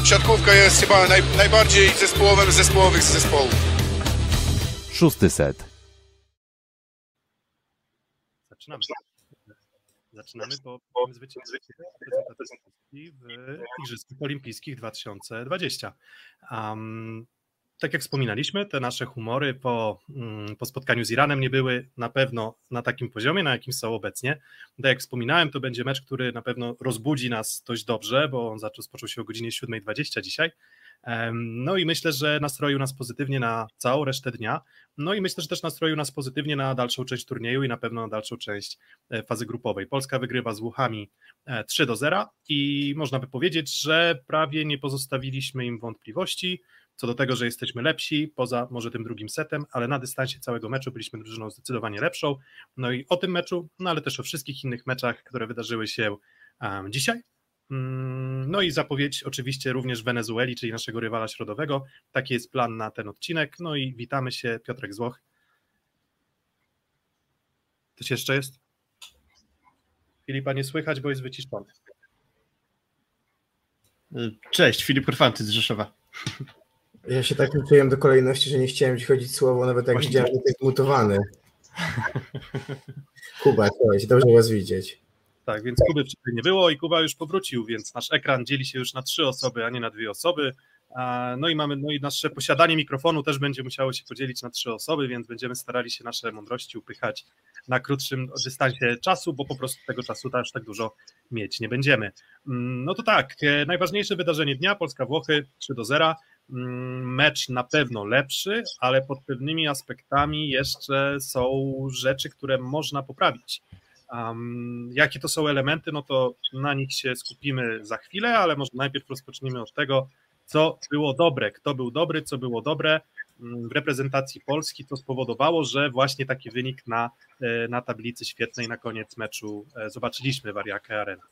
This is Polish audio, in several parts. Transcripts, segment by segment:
siatkówka jest chyba najbardziej zespołowym z zespołowych zespołów. 6. set. Zaczynamy po zwycięstwie reprezentacji w Igrzyskach Olimpijskich 2020. Tak jak wspominaliśmy, te nasze humory po spotkaniu z Iranem nie były na pewno na takim poziomie, na jakim są obecnie. Tak jak wspominałem, to będzie mecz, który na pewno rozbudzi nas dość dobrze, bo on rozpoczął się o godzinie 7:20 dzisiaj. No i myślę, że nastroił nas pozytywnie na całą resztę dnia. No i myślę, że też nastroił nas pozytywnie na dalszą część turnieju i na pewno na dalszą część fazy grupowej. Polska wygrywa z Włochami 3-0 i można by powiedzieć, że prawie nie pozostawiliśmy im wątpliwości co do tego, że jesteśmy lepsi, poza może tym drugim setem, ale na dystansie całego meczu byliśmy drużyną zdecydowanie lepszą. No i o tym meczu, no ale też o wszystkich innych meczach, które wydarzyły się dzisiaj. No i zapowiedź oczywiście również Wenezueli, czyli naszego rywala środowego. Taki jest plan na ten odcinek. No i witamy się, Piotrek z Włoch. Ktoś jeszcze jest? Filipa nie słychać, bo jest wyciszony. Cześć, Filip Korfanty z Rzeszowa. Ja się tak czułem do kolejności, że nie chciałem ci chodzić słowo, nawet jak widziałem, że jest mutowany. Kuba, cześć, dobrze was widzieć. Tak, więc Kuby wczoraj nie było i Kuba już powrócił, więc nasz ekran dzieli się już na 3 osoby, a nie na 2 osoby. No i nasze posiadanie mikrofonu też będzie musiało się podzielić na 3 osoby, więc będziemy starali się nasze mądrości upychać na krótszym dystansie czasu, bo po prostu tego czasu aż tak dużo mieć nie będziemy. No to tak, najważniejsze wydarzenie dnia, Polska-Włochy 3-0. Mecz na pewno lepszy, ale pod pewnymi aspektami jeszcze są rzeczy, które można poprawić. Jakie to są elementy, no to na nich się skupimy za chwilę, ale może najpierw rozpoczniemy od tego, co było dobre, kto był dobry, co było dobre w reprezentacji Polski, co spowodowało, że właśnie taki wynik na tablicy świetnej na koniec meczu zobaczyliśmy w Ariake Arena.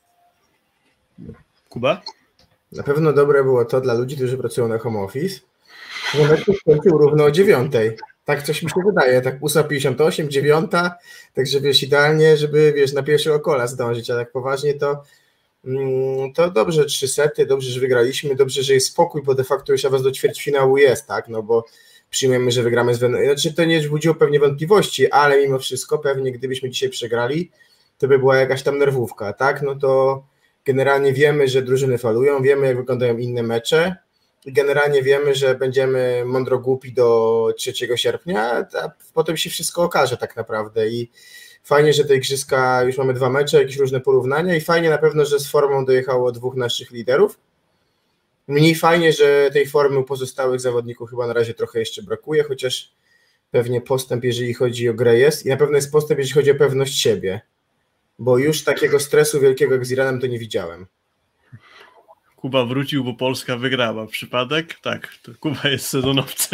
Kuba? Na pewno dobre było to dla ludzi, którzy pracują na home office, że mecz skończył równo o 9:00. Tak coś mi się wydaje, tak 8:58, 9:00, także wiesz, idealnie, żeby wiesz, na pierwszego kola zdążyć, a tak poważnie to dobrze 3 sety, dobrze, że wygraliśmy, dobrze, że jest spokój, bo de facto już awans do ćwierćfinału jest, tak, no bo przyjmujemy, że wygramy z Wenezuelą, znaczy to nie budziło pewnie wątpliwości, ale mimo wszystko pewnie gdybyśmy dzisiaj przegrali, to by była jakaś tam nerwówka, tak, no to generalnie wiemy, że drużyny falują, wiemy jak wyglądają inne mecze i generalnie wiemy, że będziemy mądro głupi do 3 sierpnia, a potem się wszystko okaże tak naprawdę i fajnie, że te igrzyska, już mamy 2 mecze, jakieś różne porównania i fajnie na pewno, że z formą dojechało 2 naszych liderów. Mniej fajnie, że tej formy u pozostałych zawodników chyba na razie trochę jeszcze brakuje, chociaż pewnie postęp, jeżeli chodzi o grę jest i na pewno jest postęp, jeżeli chodzi o pewność siebie, bo już takiego stresu wielkiego jak z Iranem to nie widziałem. Kuba wrócił, bo Polska wygrała. Przypadek? Tak, to Kuba jest sezonowcem.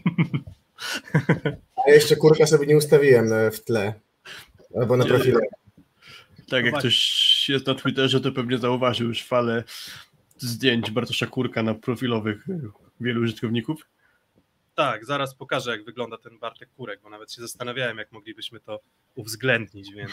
A jeszcze kurka sobie nie ustawiłem w tle. Albo na profilu. Tak, jak ktoś jest na Twitterze, to pewnie zauważył już falę zdjęć Bartosza Kurka na profilowych wielu użytkowników. Tak, zaraz pokażę, jak wygląda ten Bartek Kurek, bo nawet się zastanawiałem, jak moglibyśmy to uwzględnić, więc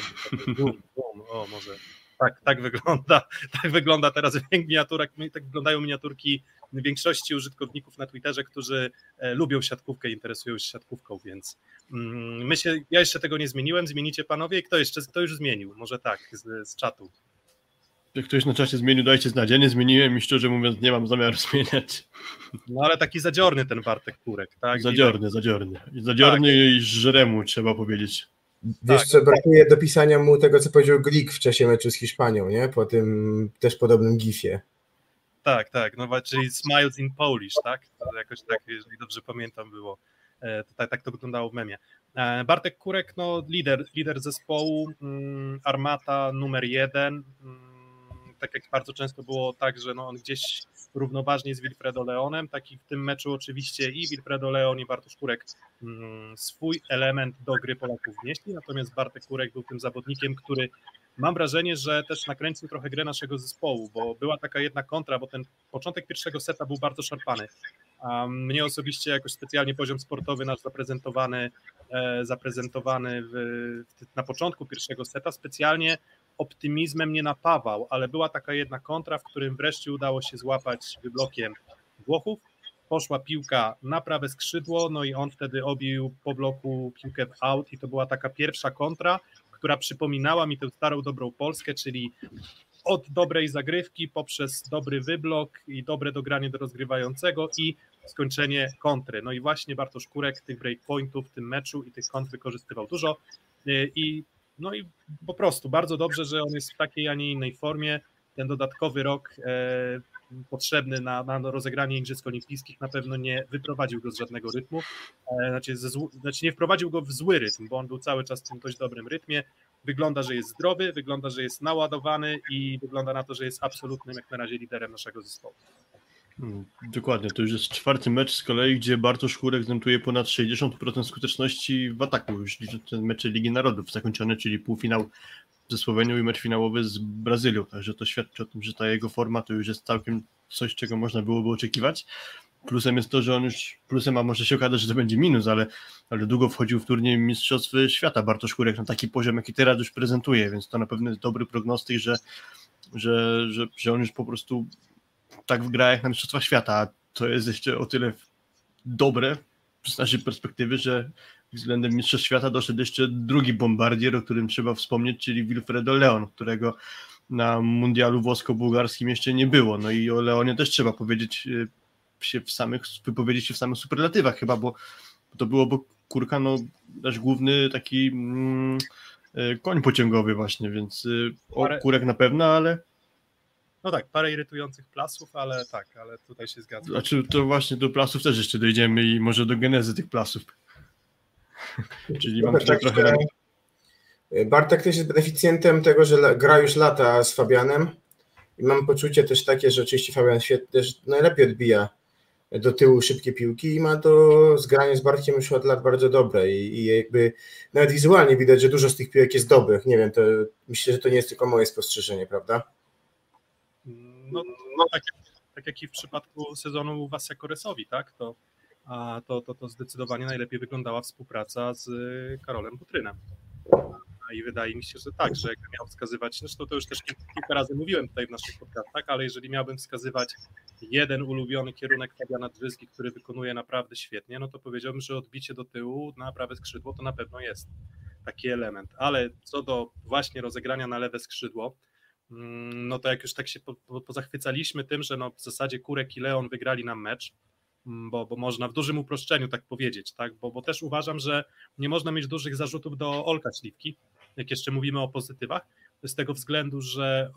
o może tak wygląda teraz miniaturek, tak wyglądają miniaturki większości użytkowników na Twitterze, którzy lubią siatkówkę, interesują się siatkówką, więc ja jeszcze tego nie zmieniłem, zmienicie panowie, kto już zmienił, może tak, z czatu. Jak ktoś na czacie zmienił, dajcie znać, ja nie zmieniłem i szczerze mówiąc nie mam zamiaru zmieniać. No ale taki zadziorny ten Bartek Kurek, tak? Zadziorny tak. I żremu trzeba powiedzieć. Wiesz co, brakuje dopisania mu tego, co powiedział Glik w czasie meczu z Hiszpanią, nie? Po tym też podobnym gifie. Tak, no czyli Smiles in Polish, tak? To jakoś tak, jeżeli dobrze pamiętam, było. Tak to wyglądało w memie. Bartek Kurek, no lider zespołu, armata numer 1. Tak jak bardzo często było tak, że no on gdzieś równoważnie z Wilfredo Leonem, tak i w tym meczu oczywiście i Wilfredo Leon i Bartosz Kurek swój element do gry Polaków wnieśli, natomiast Bartek Kurek był tym zawodnikiem, który mam wrażenie, że też nakręcił trochę grę naszego zespołu, bo była taka jedna kontra, bo ten początek pierwszego seta był bardzo szarpany. Mnie osobiście jakoś specjalnie poziom sportowy nasz zaprezentowany na początku pierwszego seta specjalnie optymizmem nie napawał, ale była taka jedna kontra, w którym wreszcie udało się złapać wyblokiem Włochów. Poszła piłka na prawe skrzydło, no i on wtedy obił po bloku piłkę w aut i to była taka pierwsza kontra, która przypominała mi tę starą, dobrą Polskę, czyli od dobrej zagrywki poprzez dobry wyblok i dobre dogranie do rozgrywającego i skończenie kontry. No i właśnie Bartosz Kurek tych breakpointów w tym meczu i tych kont wykorzystywał dużo i po prostu bardzo dobrze, że on jest w takiej, a nie innej formie. Ten dodatkowy rok potrzebny na rozegranie Igrzysk Olimpijskich na pewno nie wyprowadził go z żadnego rytmu, znaczy nie wprowadził go w zły rytm, bo on był cały czas w tym dość dobrym rytmie. Wygląda, że jest zdrowy, wygląda, że jest naładowany i wygląda na to, że jest absolutnym jak na razie liderem naszego zespołu. Dokładnie, to już jest 4. mecz z kolei, gdzie Bartosz Kurek znotuje ponad 60% skuteczności w ataku, już licząc mecze Ligi Narodów zakończone, czyli półfinał ze Słowenią i mecz finałowy z Brazylią, także to świadczy o tym, że ta jego forma to już jest całkiem coś, czego można byłoby oczekiwać. Plusem jest to, że on już, a może się okazać, że to będzie minus, ale długo wchodził w turniej Mistrzostw Świata Bartosz Kurek na taki poziom, jaki teraz już prezentuje, więc to na pewno jest dobry prognostyk, że on już po prostu tak gra jak na Mistrzostwach Świata, a to jest jeszcze o tyle dobre z naszej perspektywy, że względem Mistrzostw Świata doszedł jeszcze drugi bombardier, o którym trzeba wspomnieć, czyli Wilfredo Leon, którego na mundialu włosko-bułgarskim jeszcze nie było. No i o Leonie też trzeba wypowiedzieć się w samych superlatywach chyba, bo Kurka, no nasz główny taki koń pociągowy właśnie, więc Kurek na pewno, ale... No tak, parę irytujących plasów, ale tutaj się zgadzam. Znaczy to właśnie do plasów też jeszcze dojdziemy i może do genezy tych plasów. Czyli mam tutaj trochę... Bartek też jest beneficjentem tego, że gra już lata z Fabianem i mam poczucie też takie, że oczywiście Fabian też najlepiej odbija do tyłu szybkie piłki i ma to zgranie z Bartkiem już od lat bardzo dobre i jakby nawet wizualnie widać, że dużo z tych piłek jest dobrych. Nie wiem, to myślę, że to nie jest tylko moje spostrzeżenie, prawda? No tak jak i w przypadku sezonu Wasia Koresowi, tak? To zdecydowanie najlepiej wyglądała współpraca z Karolem Butrynem. I wydaje mi się, że tak, że jakbym miał wskazywać, zresztą to już też kilka razy mówiłem tutaj w naszych podcastach, ale jeżeli miałbym wskazywać jeden ulubiony kierunek Fabiana Drzyzgi, który wykonuje naprawdę świetnie, no to powiedziałbym, że odbicie do tyłu na prawe skrzydło to na pewno jest taki element, ale co do właśnie rozegrania na lewe skrzydło, no to jak już tak się pozachwycaliśmy tym, że no w zasadzie Kurek i Leon wygrali nam mecz, bo można w dużym uproszczeniu tak powiedzieć, tak? Bo też uważam, że nie można mieć dużych zarzutów do Olka Śliwki, jak jeszcze mówimy o pozytywach, z tego względu, że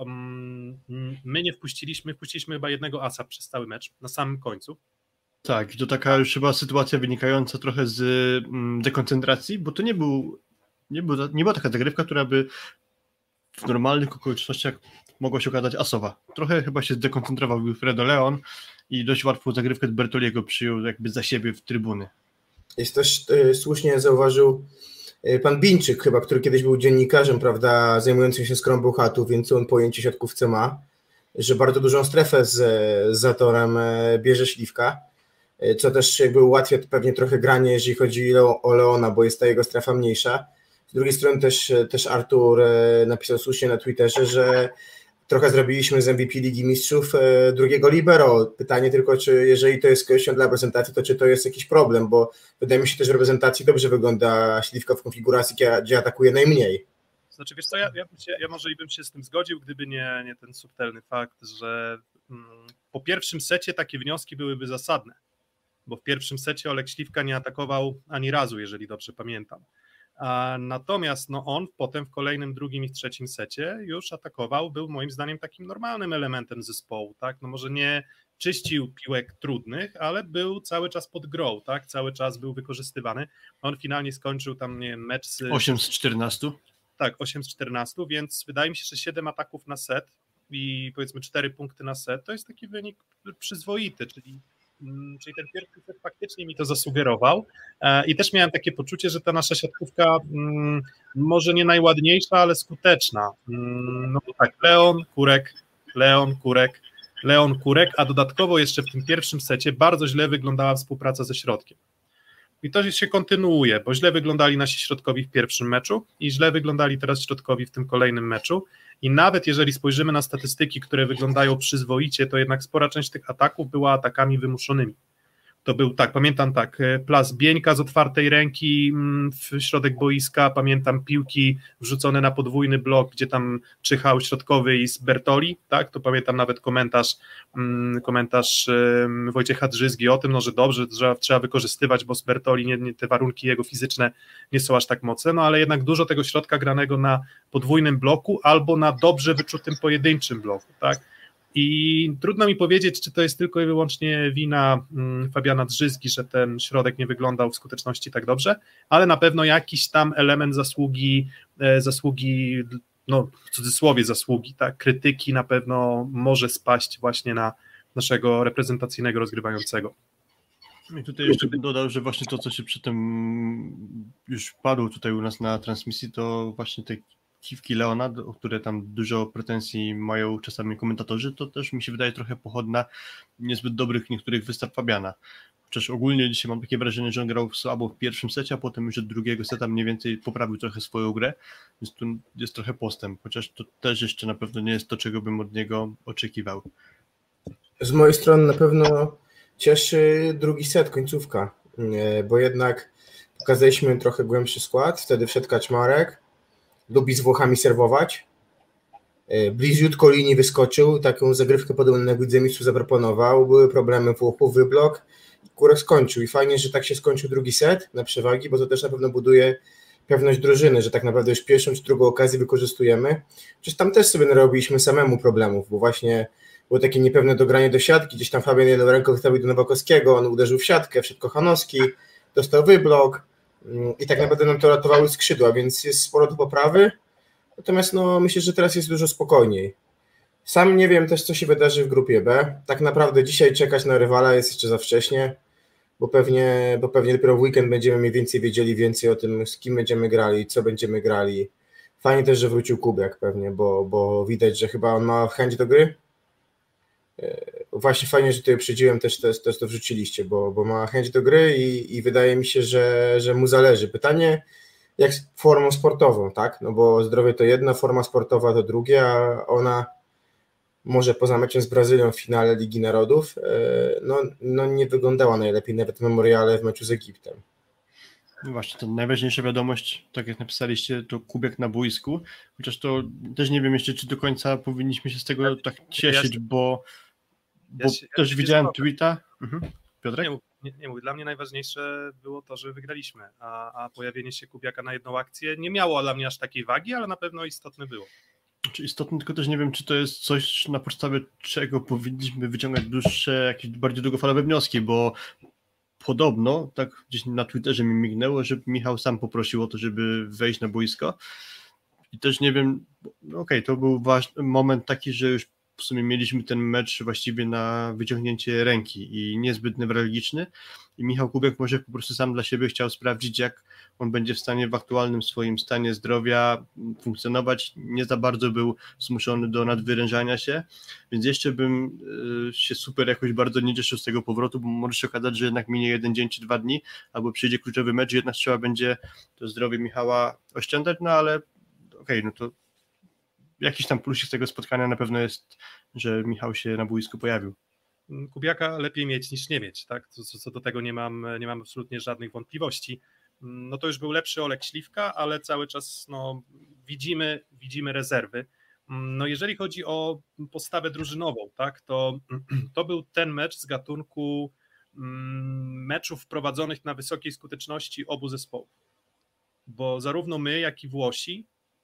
my wpuściliśmy chyba jednego asa przez cały mecz, na samym końcu. Tak, i to taka już chyba sytuacja wynikająca trochę z dekoncentracji, bo to nie była taka zagrywka, która by w normalnych okolicznościach mogła się okazać asowa. Trochę chyba się zdekoncentrował Wilfredo Leon i dość łatwą zagrywkę Bertoliego przyjął jakby za siebie w trybuny. Jest też słusznie zauważył pan Bińczyk chyba, który kiedyś był dziennikarzem, prawda, zajmującym się skrą Bełchatów, więc on pojęcie siatkówce ma, że bardzo dużą strefę z zatorem bierze Śliwka, co też jakby ułatwia pewnie trochę granie, jeżeli chodzi o Leona, bo jest ta jego strefa mniejsza. Z drugiej strony też Artur napisał słusznie na Twitterze, że trochę zrobiliśmy z MVP Ligi Mistrzów drugiego libero. Pytanie tylko, czy jeżeli to jest kwestią dla reprezentacji, to czy to jest jakiś problem, bo wydaje mi się też, że w reprezentacji dobrze wygląda Śliwka w konfiguracji, gdzie atakuje najmniej. Znaczy wiesz co, ja może i bym się z tym zgodził, gdyby nie ten subtelny fakt, że po pierwszym secie takie wnioski byłyby zasadne, bo w pierwszym secie Olek Śliwka nie atakował ani razu, jeżeli dobrze pamiętam. Natomiast no on potem w kolejnym, drugim i trzecim secie już atakował, był moim zdaniem takim normalnym elementem zespołu, tak? No może nie czyścił piłek trudnych, ale był cały czas pod grą, tak? Cały czas był wykorzystywany. On finalnie skończył tam, nie wiem, mecz z... 8 z 14? Tak, 8 z 14, więc wydaje mi się, że 7 ataków na set i powiedzmy 4 punkty na set, to jest taki wynik przyzwoity, czyli ten pierwszy set faktycznie mi to zasugerował i też miałem takie poczucie, że ta nasza siatkówka może nie najładniejsza, ale skuteczna. No bo tak, Leon, Kurek, a dodatkowo jeszcze w tym pierwszym secie bardzo źle wyglądała współpraca ze środkiem. I to się kontynuuje, bo źle wyglądali nasi środkowi w pierwszym meczu i źle wyglądali teraz środkowi w tym kolejnym meczu. I nawet jeżeli spojrzymy na statystyki, które wyglądają przyzwoicie, to jednak spora część tych ataków była atakami wymuszonymi. To był tak, pamiętam tak, Plas Bieńka z otwartej ręki w środek boiska, pamiętam piłki wrzucone na podwójny blok, gdzie tam czyhał środkowy i z Bertoli, tak, to pamiętam nawet komentarz Wojciecha Drzyzgi o tym, no, że dobrze, trzeba wykorzystywać, bo z Bertoli te warunki jego fizyczne nie są aż tak mocne, no ale jednak dużo tego środka granego na podwójnym bloku albo na dobrze wyczutym pojedynczym bloku, tak. I trudno mi powiedzieć, czy to jest tylko i wyłącznie wina Fabiana Drzyzgi, że ten środek nie wyglądał w skuteczności tak dobrze, ale na pewno jakiś tam element zasługi, no w cudzysłowie zasługi, tak, krytyki na pewno może spaść właśnie na naszego reprezentacyjnego rozgrywającego. I tutaj jeszcze bym dodał, że właśnie to, co się przy tym już padło tutaj u nas na transmisji, to właśnie te kiwki Leona, o które tam dużo pretensji mają czasami komentatorzy, to też mi się wydaje trochę pochodna niezbyt dobrych niektórych wystaw Fabiana. Chociaż ogólnie dzisiaj mam takie wrażenie, że on grał słabo w pierwszym secie, a potem już od drugiego seta mniej więcej poprawił trochę swoją grę, więc tu jest trochę postęp, chociaż to też jeszcze na pewno nie jest to, czego bym od niego oczekiwał. Z mojej strony na pewno cieszy drugi set, końcówka, bo jednak pokazaliśmy trochę głębszy skład, wtedy wszedł Kaczmarek, lubi z Włochami serwować, bliziutko linii wyskoczył, taką zagrywkę podobną na Gudzemisu zaproponował, były problemy Włochów, wyblok, Kurek skończył i fajnie, że tak się skończył drugi set na przewagi, bo to też na pewno buduje pewność drużyny, że tak naprawdę już pierwszą czy drugą okazję wykorzystujemy. Przecież tam też sobie narobiliśmy samemu problemów, bo właśnie było takie niepewne dogranie do siatki, gdzieś tam Fabian jedną ręką wystawił do Nowakowskiego, on uderzył w siatkę, wszedł Kochanowski, dostał wyblok i tak naprawdę nam to ratowały skrzydła, więc jest sporo do poprawy, natomiast no, myślę, że teraz jest dużo spokojniej. Sam nie wiem też, co się wydarzy w grupie B. Tak naprawdę dzisiaj czekać na rywala jest jeszcze za wcześnie, bo pewnie dopiero w weekend będziemy mniej więcej wiedzieli więcej o tym, z kim będziemy grali, co będziemy grali. Fajnie też, że wrócił Kubiak pewnie, bo widać, że chyba on ma chęć do gry. Właśnie fajnie, że tutaj uprzedziłem, też to wrzuciliście, bo ma chęć do gry i wydaje mi się, że mu zależy. Pytanie, jak z formą sportową, tak? No bo zdrowie to jedno, forma sportowa to drugie, a ona może poza meczem z Brazylią w finale Ligi Narodów no nie wyglądała najlepiej, nawet w Memoriale w meczu z Egiptem. No właśnie, to najważniejsza wiadomość, tak jak napisaliście, to Kubiak na boisku, chociaż to też nie wiem jeszcze, czy do końca powinniśmy się z tego tak cieszyć, bo też widziałem tweeta. Piotrek? Nie mówię, dla mnie najważniejsze było to, że wygraliśmy, a pojawienie się Kubiaka na jedną akcję nie miało dla mnie aż takiej wagi, ale na pewno istotne było. Czy istotne, tylko też nie wiem, czy to jest coś, na podstawie czego powinniśmy wyciągać dłuższe, jakieś bardziej długofalowe wnioski, bo podobno, tak gdzieś na Twitterze mi mignęło, że Michał sam poprosił o to, żeby wejść na boisko i też nie wiem, okej, to był ważny moment taki, że już w sumie mieliśmy ten mecz właściwie na wyciągnięcie ręki i niezbyt newralgiczny i Michał Kubiak może po prostu sam dla siebie chciał sprawdzić, jak on będzie w stanie w aktualnym swoim stanie zdrowia funkcjonować, nie za bardzo był zmuszony do nadwyrężania się, więc jeszcze bym się super jakoś bardzo nie cieszył z tego powrotu, bo może się okazać, że jednak minie 1 dzień czy 2 dni, albo przyjdzie kluczowy mecz, jednak trzeba będzie to zdrowie Michała oszczędzać, no ale okej, no to jakiś tam plusik z tego spotkania na pewno jest, że Michał się na boisku pojawił. Kubiaka lepiej mieć niż nie mieć, tak? Co do tego nie mam absolutnie żadnych wątpliwości. No to już był lepszy Olek Śliwka, ale cały czas no, widzimy rezerwy. No jeżeli chodzi o postawę drużynową, tak, to był ten mecz z gatunku meczów prowadzonych na wysokiej skuteczności obu zespołów, bo zarówno my, jak i Włosi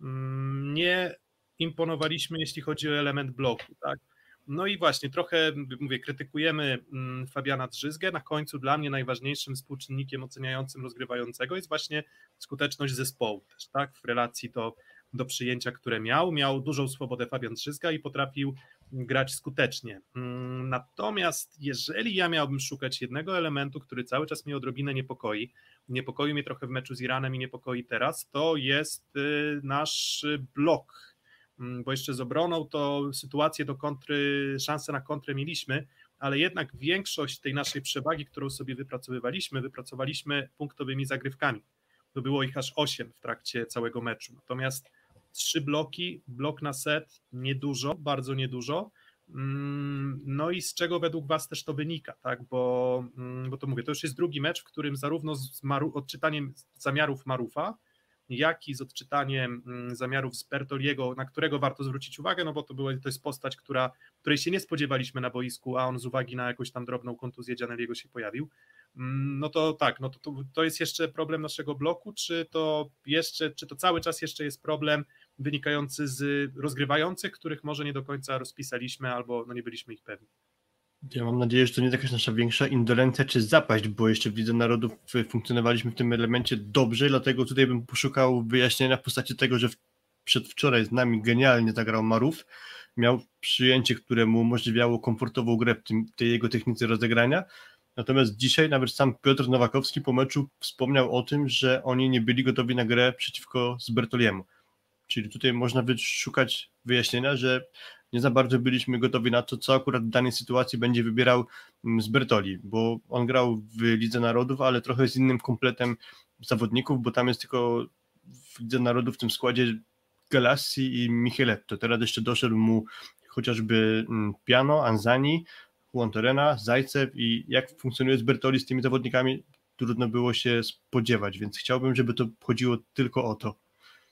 nie imponowaliśmy, jeśli chodzi o element bloku, tak. No i właśnie trochę, mówię, krytykujemy Fabiana Drzyzgę, na końcu dla mnie najważniejszym współczynnikiem oceniającym rozgrywającego jest właśnie skuteczność zespołu też, tak, w relacji do przyjęcia, które miał dużą swobodę Fabian Drzyzga i potrafił grać skutecznie. Natomiast jeżeli ja miałbym szukać jednego elementu, który cały czas mnie odrobinę niepokoi mnie trochę w meczu z Iranem i niepokoi teraz, to jest nasz blok. bo jeszcze z obroną to sytuację do kontry, szansę na kontrę mieliśmy, ale jednak większość tej naszej przewagi, którą sobie wypracowaliśmy punktowymi zagrywkami. To było ich aż 8 w trakcie całego meczu. Natomiast 3 bloki, blok na set, niedużo, bardzo niedużo. No i z czego według Was też to wynika, tak? Bo to mówię, to już jest drugi mecz, w którym zarówno z odczytaniem zamiarów Marufa, jak i z odczytaniem zamiarów z Bertoliego, na którego warto zwrócić uwagę, no bo to jest postać, której się nie spodziewaliśmy na boisku, a on z uwagi na jakąś tam drobną kontuzję Gianelliego się pojawił. No to tak, no to jest jeszcze problem naszego bloku, czy to cały czas jeszcze jest problem wynikający z rozgrywających, których może nie do końca rozpisaliśmy albo no nie byliśmy ich pewni. Ja mam nadzieję, że to nie jest jakaś nasza większa indolencja czy zapaść, bo jeszcze w Lidze Narodów funkcjonowaliśmy w tym elemencie dobrze, dlatego tutaj bym poszukał wyjaśnienia w postaci tego, że przedwczoraj z nami genialnie zagrał Maruf, miał przyjęcie, które mu umożliwiało komfortową grę w tej jego technice rozegrania, natomiast dzisiaj nawet sam Piotr Nowakowski po meczu wspomniał o tym, że oni nie byli gotowi na grę przeciwko Bertoliemu. Czyli tutaj można szukać wyjaśnienia, że nie za bardzo byliśmy gotowi na to, co akurat w danej sytuacji będzie wybierał Bertoli, bo on grał w Lidze Narodów, ale trochę z innym kompletem zawodników, bo tam jest tylko w Lidze Narodów w tym składzie Galassi i Micheletto. Teraz jeszcze doszedł mu chociażby Piano, Anzani, Juan Torrena, Zajcew i jak funkcjonuje z Bertoli z tymi zawodnikami, trudno było się spodziewać, więc chciałbym, żeby to chodziło tylko o to.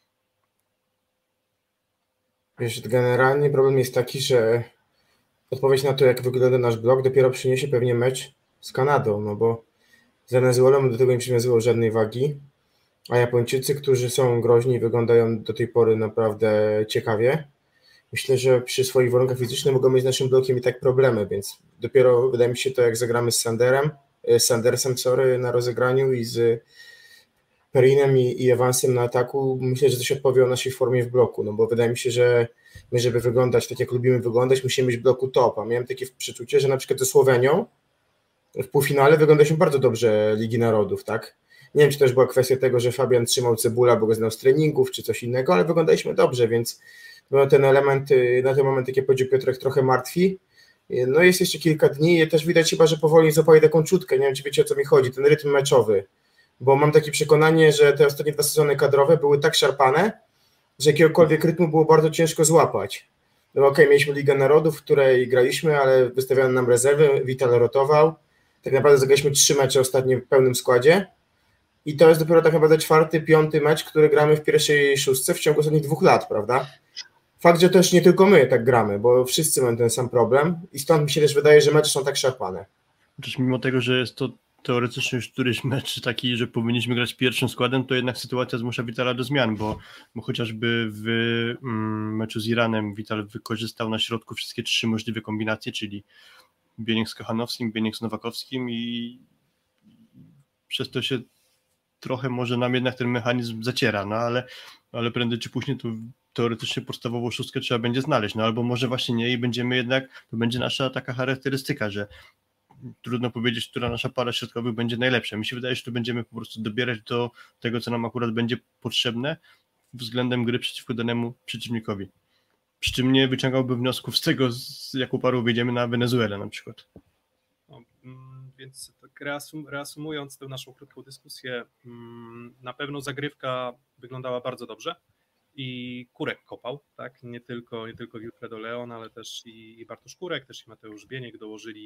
Wiesz, generalnie problem jest taki, że odpowiedź na to, jak wygląda nasz blok, dopiero przyniesie pewnie mecz z Kanadą, no bo z Wenezuelą do tego nie przywiązywał żadnej wagi, a Japończycy, którzy są groźni, wyglądają do tej pory naprawdę ciekawie. Myślę, że przy swoich warunkach fizycznych mogą mieć z naszym blokiem i tak problemy, więc dopiero wydaje mi się to, jak zagramy z Sandersem na rozegraniu i z Perinem i Evansem na ataku, myślę, że to się odpowie o naszej formie w bloku, no bo wydaje mi się, że my, żeby wyglądać tak, jak lubimy wyglądać, musimy mieć w bloku top, a miałem takie przeczucie, że na przykład ze Słowenią w półfinale wyglądaliśmy bardzo dobrze Ligi Narodów, tak? Nie wiem, czy też była kwestia tego, że Fabian trzymał Cebula, bo go znał z treningów, czy coś innego, ale wyglądaliśmy dobrze, więc no, ten element, na ten moment, jak ja powiedział Piotrek, trochę martwi. No jest jeszcze kilka dni i też widać chyba, że powoli zapali taką czutkę, nie wiem, czy wiecie, o co mi chodzi, ten rytm meczowy, bo mam takie przekonanie, że te ostatnie 2 sezony kadrowe były tak szarpane, że jakiegokolwiek rytmu było bardzo ciężko złapać. No okej, mieliśmy Ligę Narodów, w której graliśmy, ale wystawiano nam rezerwy, Vital rotował, tak naprawdę zagraliśmy 3 mecze ostatnie w pełnym składzie i to jest dopiero tak naprawdę 4., 5. mecz, który gramy w pierwszej 6 w ciągu ostatnich 2 lat, prawda? Fakt, że też nie tylko my tak gramy, bo wszyscy mają ten sam problem i stąd mi się też wydaje, że mecze są tak szarpane. Chociaż mimo tego, że jest to teoretycznie już któryś mecz taki, że powinniśmy grać pierwszym składem, to jednak sytuacja zmusza Vitala do zmian, bo chociażby w meczu z Iranem Vital wykorzystał na środku wszystkie 3 możliwe kombinacje, czyli Bieniek z Kochanowskim, Bieniek z Nowakowskim i przez to się trochę może nam jednak ten mechanizm zaciera, no ale prędzej czy później to teoretycznie podstawową 6 trzeba będzie znaleźć, no albo może właśnie nie i będziemy jednak, to będzie nasza taka charakterystyka, że trudno powiedzieć, która nasza para środkowych będzie najlepsza. Mi się wydaje, że tu będziemy po prostu dobierać do tego, co nam akurat będzie potrzebne względem gry przeciwko danemu przeciwnikowi. Przy czym nie wyciągałbym wniosków z tego, z jaką parą wyjdziemy na Wenezuelę na przykład. No, więc tak reasumując tę naszą krótką dyskusję, na pewno zagrywka wyglądała bardzo dobrze i Kurek kopał, tak? Nie tylko Wilfredo Leon, ale też i Bartosz Kurek, też i Mateusz Bieniek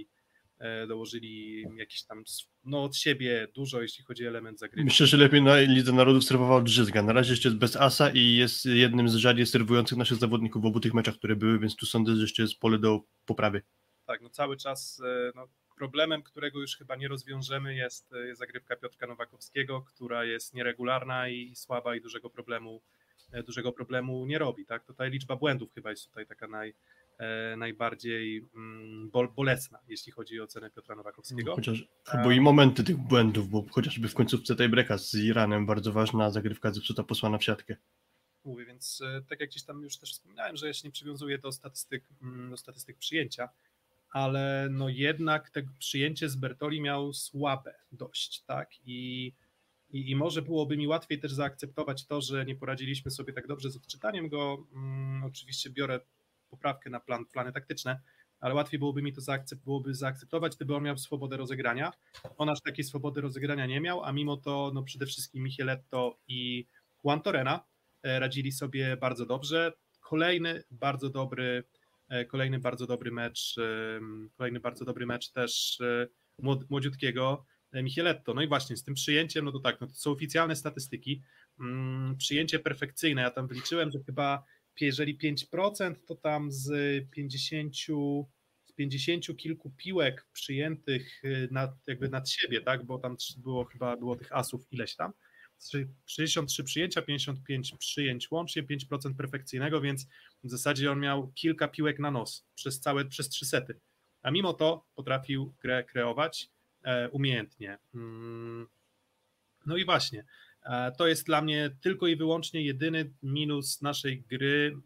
dołożyli jakieś tam od siebie dużo, jeśli chodzi o element zagrywki. Myślę, że lepiej na Lidze Narodów serwował Drzyzga. Na razie jeszcze jest bez asa i jest jednym z rzadziej serwujących naszych zawodników w obu tych meczach, które były, więc tu sądzę, że jeszcze jest pole do poprawy. Tak, cały czas problemem, którego już chyba nie rozwiążemy, jest zagrywka Piotrka Nowakowskiego, która jest nieregularna i słaba i dużego problemu nie robi. Tak? Tutaj liczba błędów chyba jest tutaj taka najbardziej bolesna, jeśli chodzi o ocenę Piotra Nowakowskiego. Bo i momenty tych błędów, bo chociażby w końcówce tiebreaka z Iranem bardzo ważna zagrywka zepsuta posłana w siatkę. Mówię, więc tak jak gdzieś tam już też wspominałem, że ja się nie przywiązuję do statystyk przyjęcia, ale jednak to przyjęcie z Bertoli miał słabe dość, tak? I i może byłoby mi łatwiej też zaakceptować to, że nie poradziliśmy sobie tak dobrze z odczytaniem go. Oczywiście biorę poprawkę na plany taktyczne, ale łatwiej byłoby mi to zaakceptować, gdyby on miał swobodę rozegrania. On aż takiej swobody rozegrania nie miał, a mimo to no przede wszystkim Micheletto i Juan Torena radzili sobie bardzo dobrze. Kolejny bardzo dobry mecz też młodziutkiego Micheletto. No i właśnie z tym przyjęciem, no to tak, no to są oficjalne statystyki. Przyjęcie perfekcyjne, ja tam wyliczyłem, że chyba jeżeli 5%, to tam z 50 kilku piłek przyjętych nad siebie, tak, bo tam było tych asów ileś tam, 63 przyjęcia, 55 przyjęć łącznie, 5% perfekcyjnego, więc w zasadzie on miał kilka piłek na nos przez 3 sety, a mimo to potrafił grę kreować umiejętnie. No i właśnie, to jest dla mnie tylko i wyłącznie jedyny minus naszej gry,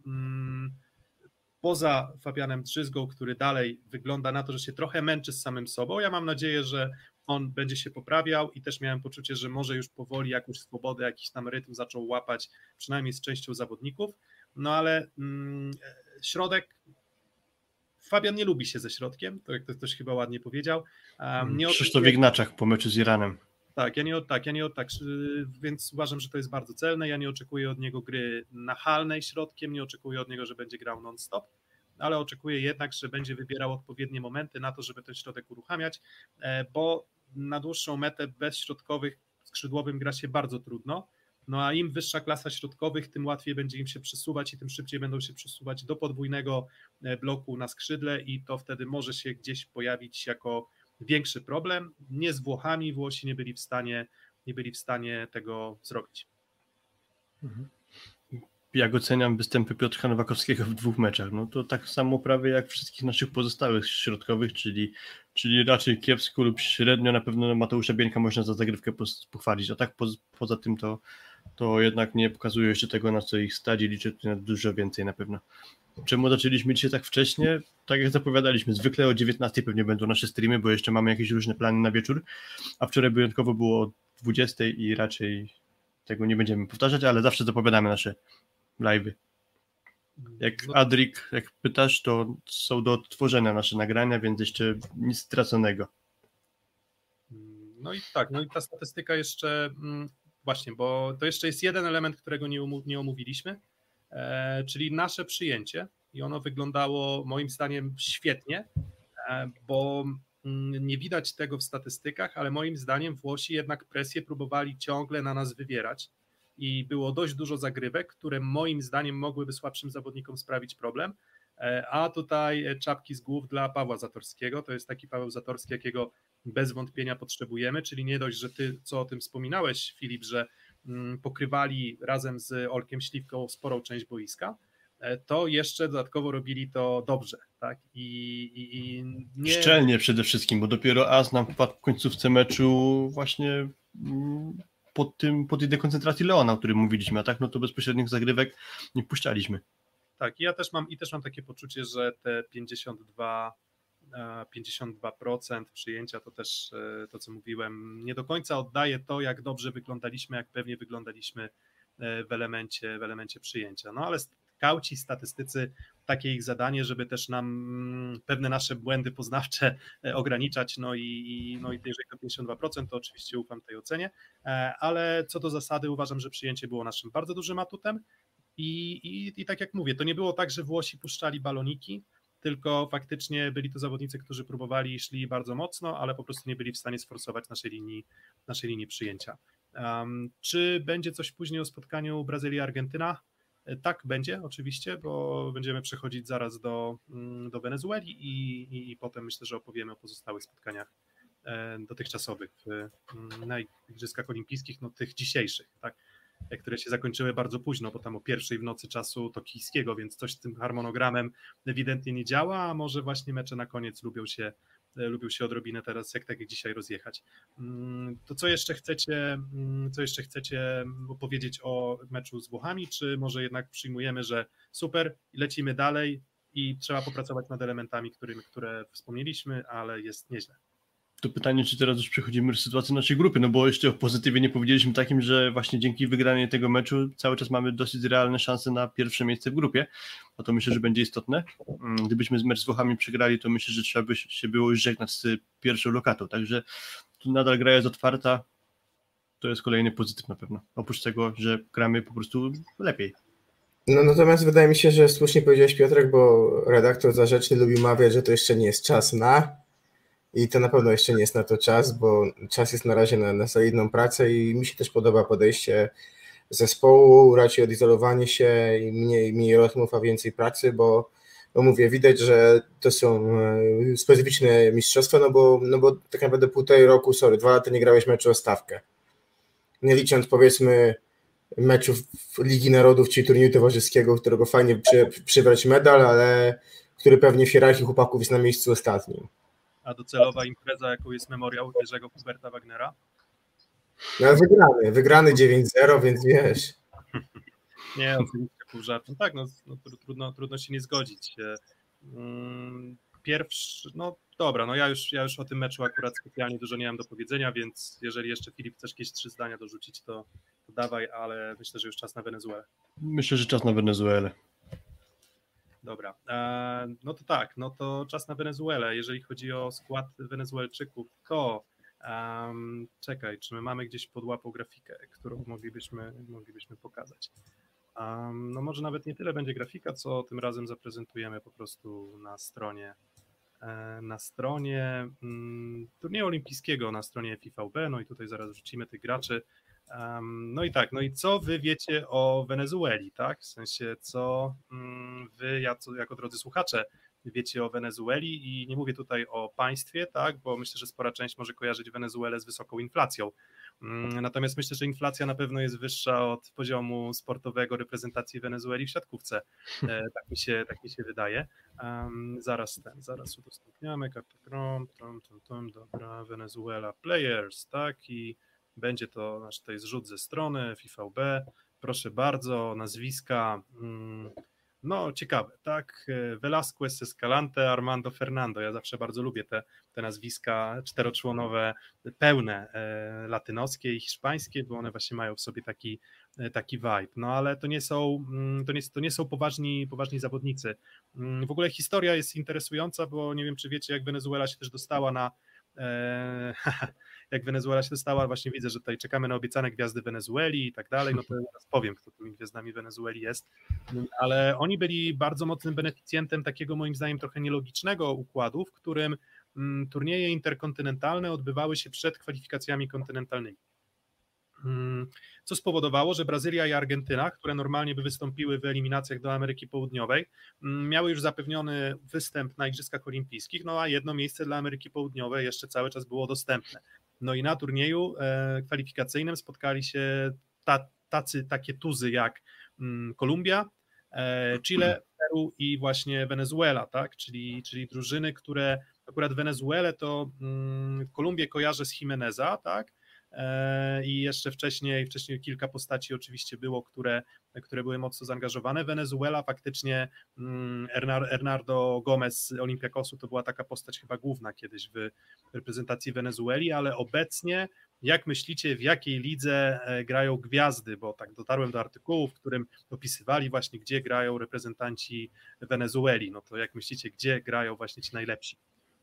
poza Fabianem Drzyzgą, który dalej wygląda na to, że się trochę męczy z samym sobą. Ja mam nadzieję, że on będzie się poprawiał i też miałem poczucie, że może już powoli jakąś swobodę, jakiś tam rytm zaczął łapać, przynajmniej z częścią zawodników, no ale środek, Fabian nie lubi się ze środkiem, to jak ktoś chyba ładnie powiedział. Krzysztof Ignaczak po meczu z Iranem. Tak, więc uważam, że to jest bardzo celne. Ja nie oczekuję od niego gry nachalnej środkiem, nie oczekuję od niego, że będzie grał non-stop, ale oczekuję jednak, że będzie wybierał odpowiednie momenty na to, żeby ten środek uruchamiać, bo na dłuższą metę bez środkowych skrzydłowym gra się bardzo trudno. No a im wyższa klasa środkowych, tym łatwiej będzie im się przesuwać i tym szybciej będą się przesuwać do podwójnego bloku na skrzydle i to wtedy może się gdzieś pojawić jako większy problem. Nie z Włochami, Włosi nie byli w stanie tego zrobić. Jak oceniam występy Piotra Nowakowskiego w 2 meczach? No to tak samo prawie jak wszystkich naszych pozostałych środkowych, czyli raczej kiepsko lub średnio. Na pewno Mateusza Bieńka można za zagrywkę pochwalić, a tak poza tym to jednak nie pokazuje jeszcze tego, na co ich stać i liczę tu na dużo więcej na pewno. Czemu zaczęliśmy dzisiaj tak wcześnie? Tak jak zapowiadaliśmy, zwykle o 19 pewnie będą nasze streamy, bo jeszcze mamy jakieś różne plany na wieczór, a wczoraj wyjątkowo było o 20 i raczej tego nie będziemy powtarzać, ale zawsze zapowiadamy nasze live'y. Jak Adrik, jak pytasz, to są do odtworzenia nasze nagrania, więc jeszcze nic straconego. No i tak, no i ta statystyka jeszcze, właśnie, bo to jeszcze jest jeden element, którego nie omówiliśmy, czyli nasze przyjęcie i ono wyglądało moim zdaniem świetnie, bo nie widać tego w statystykach, ale moim zdaniem Włosi jednak presję próbowali ciągle na nas wywierać i było dość dużo zagrywek, które moim zdaniem mogłyby słabszym zawodnikom sprawić problem, a tutaj czapki z głów dla Pawła Zatorskiego, to jest taki Paweł Zatorski, jakiego bez wątpienia potrzebujemy, czyli nie dość, że ty, co o tym wspominałeś, Filip, że pokrywali razem z Olkiem Śliwką sporą część boiska, to jeszcze dodatkowo robili to dobrze, tak? I nie... Szczelnie przede wszystkim, bo dopiero As nam wpadł w końcówce meczu właśnie po tej dekoncentracji Leona, o którym mówiliśmy, a tak no to bezpośrednich zagrywek nie puszczaliśmy. Tak, i ja też mam takie poczucie, że te 52% przyjęcia to też to, co mówiłem, nie do końca oddaje to, jak dobrze wyglądaliśmy, jak pewnie wyglądaliśmy w elemencie przyjęcia. No ale skauci, statystycy, takie ich zadanie, żeby też nam pewne nasze błędy poznawcze ograniczać, no i jeżeli to 52%, to oczywiście ufam tej ocenie, ale co do zasady uważam, że przyjęcie było naszym bardzo dużym atutem i tak jak mówię, to nie było tak, że Włosi puszczali baloniki, tylko faktycznie byli to zawodnicy, którzy próbowali i szli bardzo mocno, ale po prostu nie byli w stanie sforsować naszej linii przyjęcia. Czy będzie coś później o spotkaniu Brazylii-Argentyna? Tak, będzie oczywiście, bo będziemy przechodzić zaraz do Wenezueli i potem myślę, że opowiemy o pozostałych spotkaniach dotychczasowych na Igrzyskach Olimpijskich, no tych dzisiejszych, tak, które się zakończyły bardzo późno, bo tam o 1:00 w nocy czasu tokijskiego, więc coś z tym harmonogramem ewidentnie nie działa, a może właśnie mecze na koniec lubią się odrobinę teraz, tak jak dzisiaj, rozjechać. To co jeszcze chcecie powiedzieć o meczu z Włochami, czy może jednak przyjmujemy, że super, lecimy dalej i trzeba popracować nad elementami, które wspomnieliśmy, ale jest nieźle? To pytanie, czy teraz już przechodzimy do sytuacji naszej grupy, no bo jeszcze o pozytywie nie powiedzieliśmy takim, że właśnie dzięki wygraniu tego meczu cały czas mamy dosyć realne szanse na pierwsze miejsce w grupie, a to myślę, że będzie istotne. Gdybyśmy mecz z Włochami przegrali, to myślę, że trzeba by się było już żegnać z pierwszą lokatą, także tu nadal gra jest otwarta, to jest kolejny pozytyw na pewno, oprócz tego, że gramy po prostu lepiej. No natomiast wydaje mi się, że słusznie powiedziałeś, Piotrek, bo redaktor Zarzeczny lubił mawiać, że to jeszcze nie jest czas na i to na pewno jeszcze nie jest na to czas, bo czas jest na razie na solidną pracę i mi się też podoba podejście zespołu, raczej odizolowanie się i mniej rozmów, a więcej pracy, bo mówię, widać, że to są specyficzne mistrzostwa, no bo tak naprawdę 1,5 roku, 2 lata nie grałeś meczu o stawkę. Nie licząc powiedzmy meczów Ligi Narodów czy turnieju towarzyskiego, którego fajnie przybrać medal, ale który pewnie w hierarchii chłopaków jest na miejscu ostatnim. A docelowa impreza, jaką jest memoriał Jerzego Huberta Wagnera? No wygrany 9-0, więc wiesz. Nie, oczywiście pół żartem. Tak, trudno się nie zgodzić. Pierwszy, no dobra, no ja już o tym meczu akurat specjalnie dużo nie mam do powiedzenia, więc jeżeli jeszcze Filip chcesz jakieś 3 zdania dorzucić, to dawaj, ale myślę, że już czas na Wenezuelę. Myślę, że czas na Wenezuelę. Dobra, no to tak, no to czas na Wenezuelę. Jeżeli chodzi o skład Wenezuelczyków, to czekaj, czy my mamy gdzieś pod łapą grafikę, którą moglibyśmy pokazać. No może nawet nie tyle będzie grafika, co tym razem zaprezentujemy po prostu na stronie turnieju olimpijskiego, na stronie FIVB, no i tutaj zaraz wrzucimy tych graczy. No i tak, no i co wy wiecie o Wenezueli, tak? W sensie, co wy jako drodzy słuchacze wiecie o Wenezueli i nie mówię tutaj o państwie, tak? Bo myślę, że spora część może kojarzyć Wenezuelę z wysoką inflacją. Natomiast myślę, że inflacja na pewno jest wyższa od poziomu sportowego reprezentacji Wenezueli w siatkówce. Tak mi się wydaje. Zaraz udostępniamy kartę Chrome, dobra, Venezuela Players, tak? I będzie to nasz tutaj zrzut ze strony FIVB. Proszę bardzo, nazwiska. No, ciekawe, tak? Velasquez, Escalante, Armando Fernando. Ja zawsze bardzo lubię te nazwiska czteroczłonowe, pełne, latynoskie i hiszpańskie, bo one właśnie mają w sobie taki vibe. No ale to nie są poważni zawodnicy. W ogóle historia jest interesująca, bo nie wiem, czy wiecie, jak Wenezuela się też dostała jak Wenezuela się dostała, właśnie widzę, że tutaj czekamy na obiecane gwiazdy Wenezueli i tak dalej, no to teraz powiem, kto tymi gwiazdami Wenezueli jest, ale oni byli bardzo mocnym beneficjentem takiego moim zdaniem trochę nielogicznego układu, w którym turnieje interkontynentalne odbywały się przed kwalifikacjami kontynentalnymi. Co spowodowało, że Brazylia i Argentyna, które normalnie by wystąpiły w eliminacjach do Ameryki Południowej, miały już zapewniony występ na Igrzyskach Olimpijskich, no a jedno miejsce dla Ameryki Południowej jeszcze cały czas było dostępne. No i na turnieju kwalifikacyjnym spotkali się takie tuzy jak Kolumbia, Chile, Peru i właśnie Wenezuela, tak? Czyli drużyny, które akurat Wenezuelę to Kolumbię kojarzę z Jimeneza, tak? I jeszcze wcześniej kilka postaci oczywiście było, które były mocno zaangażowane. Wenezuela faktycznie Hernando Gomez z Olympiakosu to była taka postać chyba główna kiedyś w reprezentacji Wenezueli, ale obecnie jak myślicie, w jakiej lidze grają gwiazdy, bo tak dotarłem do artykułu, w którym opisywali właśnie, gdzie grają reprezentanci Wenezueli, no to jak myślicie, gdzie grają właśnie ci najlepsi?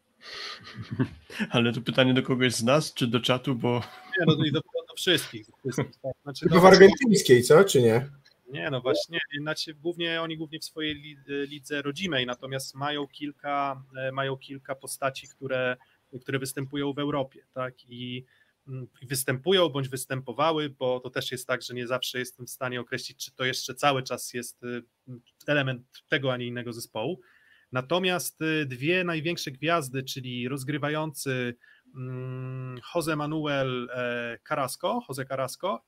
Ale to pytanie do kogoś z nas, czy do czatu, bo... Nie, no i do wszystkich. Tak. Znaczy, tylko w argentyńskiej, co, czy nie? Nie, no właśnie, znaczy oni głównie w swojej lidze rodzimej, natomiast mają kilka postaci, które występują w Europie, tak, i występują bądź występowały, bo to też jest tak, że nie zawsze jestem w stanie określić, czy to jeszcze cały czas jest element tego, a nie innego zespołu. Natomiast dwie największe gwiazdy, czyli rozgrywający José Manuel Carrasco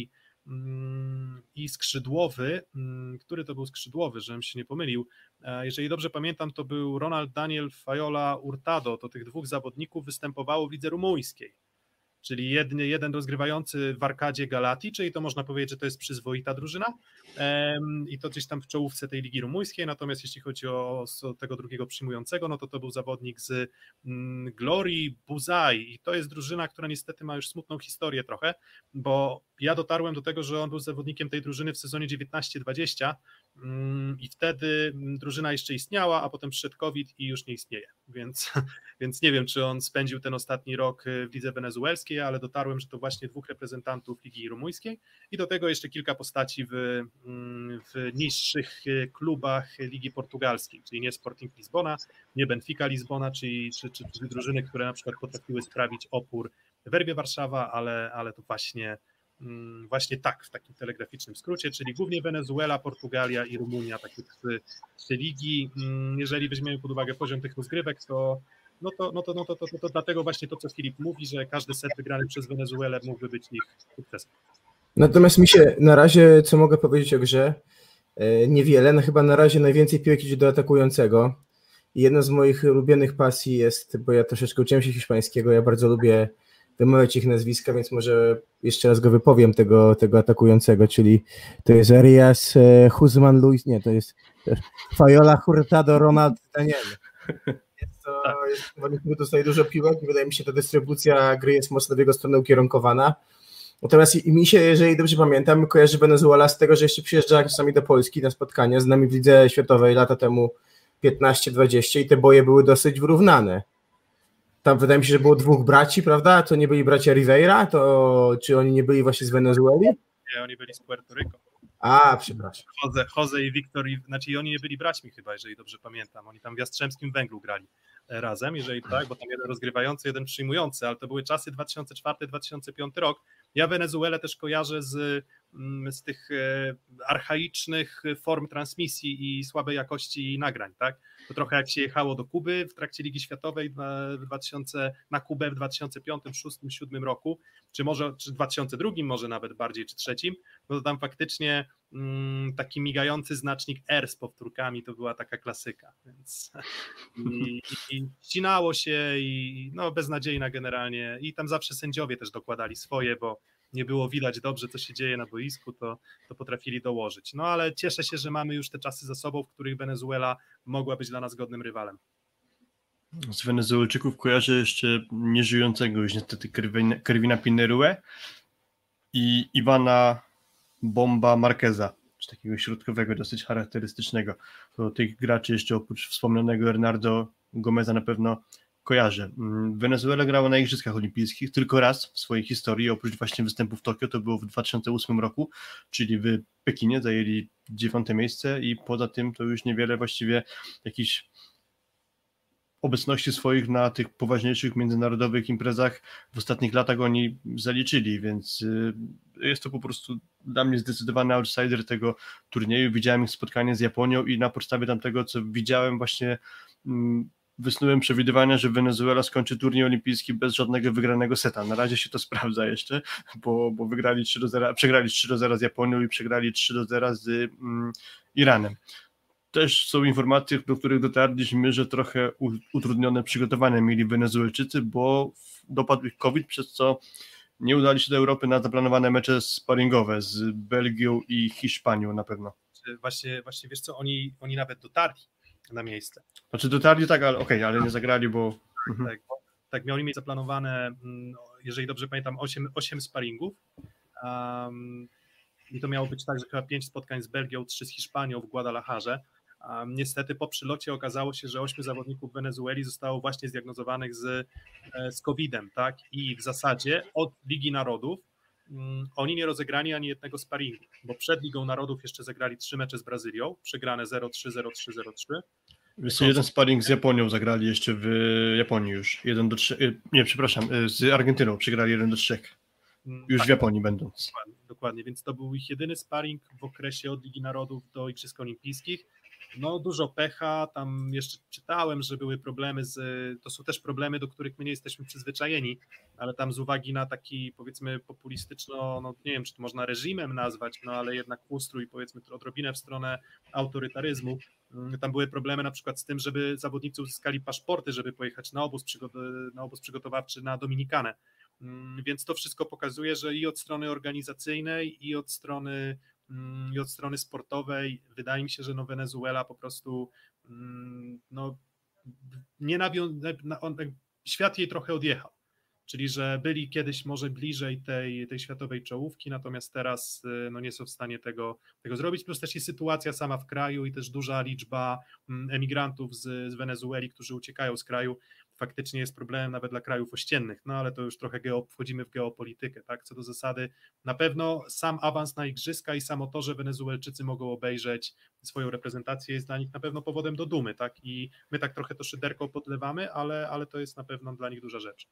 i skrzydłowy, który to był skrzydłowy, żebym się nie pomylił, jeżeli dobrze pamiętam, to był Ronald Daniel Fajola Hurtado, to tych dwóch zawodników występowało w lidze rumuńskiej. czyli jeden rozgrywający w Arkadzie Galatii, czyli to można powiedzieć, że to jest przyzwoita drużyna i to gdzieś tam w czołówce tej ligi rumuńskiej, natomiast jeśli chodzi o tego drugiego przyjmującego, no to był zawodnik z Glorii Buzaj i to jest drużyna, która niestety ma już smutną historię trochę, bo ja dotarłem do tego, że on był zawodnikiem tej drużyny w sezonie 19-20 i wtedy drużyna jeszcze istniała, a potem przyszedł COVID i już nie istnieje, więc nie wiem, czy on spędził ten ostatni rok w lidze wenezuelskiej, ale dotarłem, że to właśnie 2 reprezentantów ligi rumuńskiej i do tego jeszcze kilka postaci w niższych klubach ligi portugalskiej, czyli nie Sporting Lizbona, nie Benfica Lizbona, czy drużyny, które na przykład potrafiły sprawić opór Werbie Warszawa, ale to właśnie tak, w takim telegraficznym skrócie, czyli głównie Wenezuela, Portugalia i Rumunia, takie 3 ligi. Jeżeli weźmiemy pod uwagę poziom tych rozgrywek, to dlatego właśnie to, co Filip mówi, że każdy set wygrany przez Wenezuelę mógłby być ich sukcesem. Natomiast mi się na razie, co mogę powiedzieć o grze, niewiele, no chyba na razie najwięcej piłek idzie do atakującego. I jedną z moich ulubionych pasji jest, bo ja troszeczkę uczyłem się hiszpańskiego, ja bardzo lubię wymawiać ich nazwiska, więc może jeszcze raz go wypowiem, tego atakującego, czyli to jest Arias Guzman Luis, nie, to jest Fayola Hurtado Ronald Daniel. Jest zawodnik, który dostaje dużo piłek i wydaje mi się, że ta dystrybucja gry jest mocno w jego stronę ukierunkowana. Natomiast mi się, jeżeli dobrze pamiętam, kojarzy Wenezuela z tego, że jeszcze przyjeżdżała czasami do Polski na spotkania z nami w Lidze Światowej lata temu 15-20 i te boje były dosyć wyrównane. Tam wydaje mi się, że było 2 braci, prawda? To nie byli bracia Rivera? To czy oni nie byli właśnie z Wenezueli? Nie, oni byli z Puerto Rico. A, przepraszam. Jose i Wiktor, znaczy oni nie byli braćmi chyba, jeżeli dobrze pamiętam. Oni tam w Jastrzębskim Węglu grali razem, jeżeli tak, bo tam jeden rozgrywający, jeden przyjmujący, ale to były czasy 2004-2005 rok. Ja Wenezuelę też kojarzę z tych archaicznych form transmisji i słabej jakości nagrań, tak? To trochę jak się jechało do Kuby w trakcie Ligi Światowej na Kubę w 2005, 2006, 2007 roku, czy w 2002 może nawet bardziej, czy 2003, no to tam faktycznie taki migający znacznik R z powtórkami to była taka klasyka, więc i ścinało się i no beznadziejna generalnie i tam zawsze sędziowie też dokładali swoje, bo nie było widać dobrze, co się dzieje na boisku, to potrafili dołożyć. No ale cieszę się, że mamy już te czasy za sobą, w których Wenezuela mogła być dla nas godnym rywalem. Z Wenezuelczyków kojarzę jeszcze nieżyjącego już niestety Kervina Pinerue i Iwana Bomba Marqueza, czy takiego środkowego, dosyć charakterystycznego. To tych graczy jeszcze oprócz wspomnianego Hernando Gomeza na pewno kojarzę. Wenezuela grała na Igrzyskach Olimpijskich tylko raz w swojej historii, oprócz właśnie występu w Tokio, to było w 2008 roku, czyli w Pekinie zajęli 9. miejsce i poza tym to już niewiele właściwie jakichś obecności swoich na tych poważniejszych międzynarodowych imprezach w ostatnich latach oni zaliczyli, więc jest to po prostu dla mnie zdecydowany outsider tego turnieju. Widziałem ich spotkanie z Japonią i na podstawie tamtego, co widziałem, właśnie wysnułem przewidywania, że Wenezuela skończy turniej olimpijski bez żadnego wygranego seta. Na razie się to sprawdza jeszcze, bo wygrali 3-0, przegrali 3-0 z Japonią i przegrali 3-0 z Iranem. Też są informacje, do których dotarliśmy, że trochę utrudnione przygotowania mieli Wenezuelczycy, bo dopadł ich COVID, przez co nie udali się do Europy na zaplanowane mecze sparingowe z Belgią i Hiszpanią na pewno. Właśnie wiesz co, oni nawet dotarli na miejsce. Znaczy dotarli tak, ale okej, ale nie zagrali, bo... Tak, mieli mieć zaplanowane, jeżeli dobrze pamiętam, 8 sparingów. I to miało być tak, że chyba 5 spotkań z Belgią, 3 z Hiszpanią w Guadalajarze. Niestety po przylocie okazało się, że 8 zawodników Wenezueli zostało właśnie zdiagnozowanych z COVID-em, tak? I w zasadzie od Ligi Narodów oni nie rozegrali ani jednego sparingu, bo przed Ligą Narodów jeszcze zagrali 3 mecze z Brazylią, przegrane 0-3, 0-3, 0-3. Jeszcze jeden sparring z Japonią zagrali jeszcze w Japonii już, 1-3, nie, przepraszam, z Argentyną przegrali 1-3. Już tak, w Japonii będąc. Dokładnie, więc to był ich jedyny sparring w okresie od Ligi Narodów do Igrzysk Olimpijskich. No dużo pecha, tam jeszcze czytałem, że były problemy to są też problemy, do których my nie jesteśmy przyzwyczajeni, ale tam z uwagi na taki, powiedzmy, populistyczno, no nie wiem, czy to można reżimem nazwać, no ale jednak ustrój, powiedzmy, odrobinę w stronę autorytaryzmu. Tam były problemy na przykład z tym, żeby zawodnicy uzyskali paszporty, żeby pojechać na obóz przygotowawczy na Dominikanę. Więc to wszystko pokazuje, że i od strony organizacyjnej, i od strony sportowej wydaje mi się, że Wenezuela po prostu świat jej trochę odjechał. Czyli, że byli kiedyś może bliżej tej światowej czołówki, natomiast teraz nie są w stanie tego zrobić, plus też jest sytuacja sama w kraju i też duża liczba emigrantów z Wenezueli, którzy uciekają z kraju, faktycznie jest problemem nawet dla krajów ościennych, ale to już trochę wchodzimy w geopolitykę, tak, co do zasady na pewno sam awans na igrzyska i samo to, że Wenezuelczycy mogą obejrzeć swoją reprezentację jest dla nich na pewno powodem do dumy, tak, i my tak trochę to szyderką podlewamy, ale to jest na pewno dla nich duża rzecz.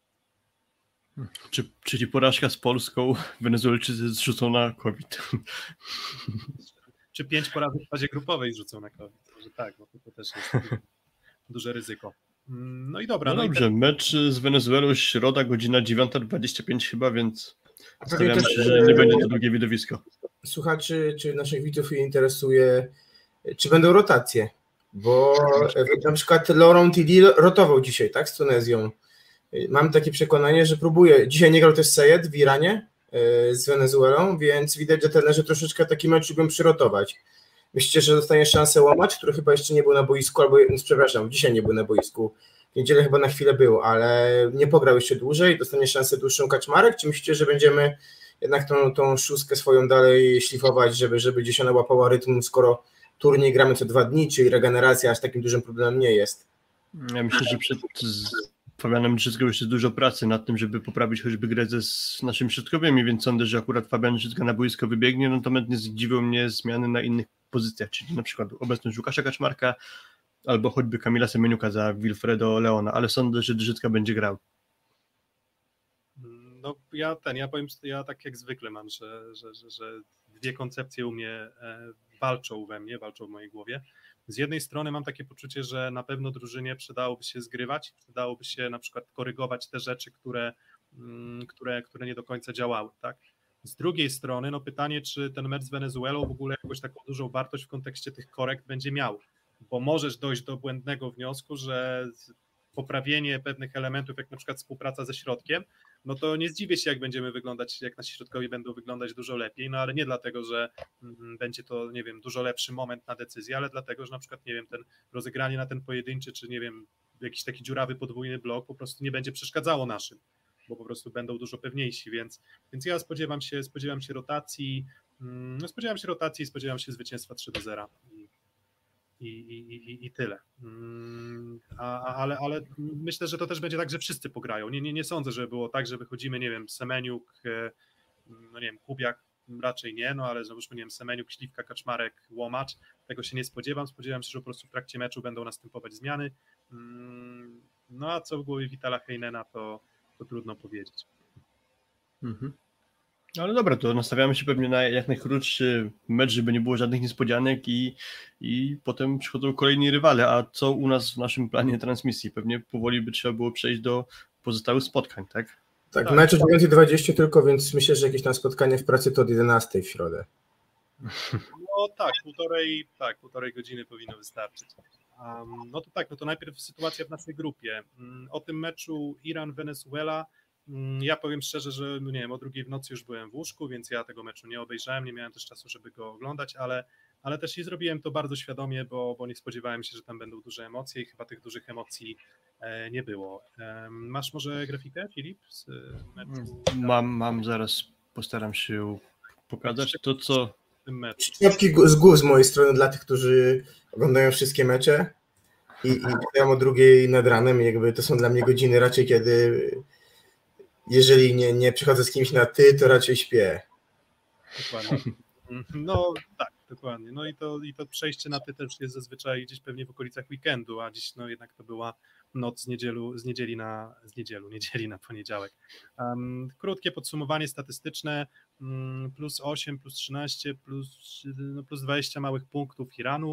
Czyli porażka z Polską, Wenezuelczycy zrzucą na COVID. Czy 5 porażek w fazie grupowej zrzucą na COVID? Może tak, bo to też jest duże ryzyko. No i dobra. No dobrze, mecz z Wenezuelą, środa, godzina 9:25 chyba, więc stawiam się, że nie będzie to długie widowisko. Słuchaczy czy naszych widzów interesuje, czy będą rotacje, bo na przykład Laurent Tilly rotował dzisiaj, tak, z Tunezją. Mam takie przekonanie, że próbuje. Dzisiaj nie grał też Sejed w Iranie z Wenezuelą, więc widać, że trenerzy troszeczkę taki mecz lubią przyrotować. Myślicie, że dostanie szansę Łomacz, który chyba jeszcze nie był na boisku, albo przepraszam, dzisiaj nie był na boisku. W niedzielę chyba na chwilę był, ale nie pograł jeszcze dłużej. Dostanie szansę dłuższą Kaczmarek? Czy myślicie, że będziemy jednak tą szóstkę swoją dalej szlifować, żeby gdzieś ona łapała rytm, skoro turniej gramy co 2 dni, czyli regeneracja aż takim dużym problemem nie jest? Ja myślę, że przed Fabianem Rzycką jeszcze dużo pracy nad tym, żeby poprawić choćby grę z naszymi środkowymi, więc sądzę, że akurat Fabian Rzycka na boisko wybiegnie, natomiast nie zdziwią mnie zmiany na innych pozycjach, czyli na przykład obecność Łukasza Kaczmarka albo choćby Kamila Semeniuka za Wilfredo Leona, ale sądzę, że Rzycka będzie grał. No ja powiem, ja tak jak zwykle mam, że dwie koncepcje u mnie walczą w mojej głowie. Z jednej strony mam takie poczucie, że na pewno drużynie przydałoby się zgrywać, przydałoby się na przykład korygować te rzeczy, które nie do końca działały, tak? Z drugiej strony, pytanie, czy ten mecz z Wenezuelą w ogóle jakąś taką dużą wartość w kontekście tych korekt będzie miał, bo możesz dojść do błędnego wniosku, że poprawienie pewnych elementów, jak na przykład współpraca ze środkiem, to nie zdziwię się, jak będziemy wyglądać, jak nasi środkowi będą wyglądać dużo lepiej, ale nie dlatego, że będzie to, nie wiem, dużo lepszy moment na decyzję, ale dlatego, że na przykład, nie wiem, ten rozegranie na ten pojedynczy, czy nie wiem, jakiś taki dziurawy podwójny blok po prostu nie będzie przeszkadzało naszym, bo po prostu będą dużo pewniejsi, więc ja spodziewam się rotacji, spodziewam się zwycięstwa 3-0 i tyle. Ale myślę, że to też będzie tak, że wszyscy pograją. Nie sądzę, że było tak, że wychodzimy, nie wiem, Semeniuk, nie wiem, Kubiak, raczej nie, ale załóżmy, nie wiem, Semeniuk, Śliwka, Kaczmarek, Łomacz. Tego się nie spodziewam. Spodziewam się, że po prostu w trakcie meczu będą następować zmiany. A co w głowie Vitala Heinena, to trudno powiedzieć. Mhm. Ale dobra, to nastawiamy się pewnie na jak najkrótszy mecz, żeby nie było żadnych niespodzianek i potem przychodzą kolejni rywale. A co u nas w naszym planie transmisji? Pewnie powoli by trzeba było przejść do pozostałych spotkań, tak? Tak, mecz o 9:20 tylko, więc myślę, że jakieś tam spotkanie w pracy to od 11 w środę. Półtorej godziny powinno wystarczyć. To najpierw sytuacja w naszej grupie. O tym meczu Iran-Wenezuela ja powiem szczerze, że nie wiem, o 2:00 w nocy już byłem w łóżku, więc ja tego meczu nie obejrzałem, nie miałem też czasu, żeby go oglądać, ale też i zrobiłem to bardzo świadomie, bo nie spodziewałem się, że tam będą duże emocje i chyba tych dużych emocji nie było. Masz może grafikę, Filip? Z meczu? Mam, zaraz postaram się pokazać to, co... Kropki z góry z mojej strony dla tych, którzy oglądają wszystkie mecze i grają o 2:00 nad ranem, jakby to są dla mnie godziny raczej, kiedy jeżeli nie przychodzę z kimś na ty, to raczej śpię. Dokładnie. Tak, dokładnie. I to przejście na ty też jest zazwyczaj gdzieś pewnie w okolicach weekendu, a dziś jednak to była noc z niedzieli na poniedziałek. Krótkie podsumowanie statystyczne, +8, +13, plus 20 małych punktów Iranu.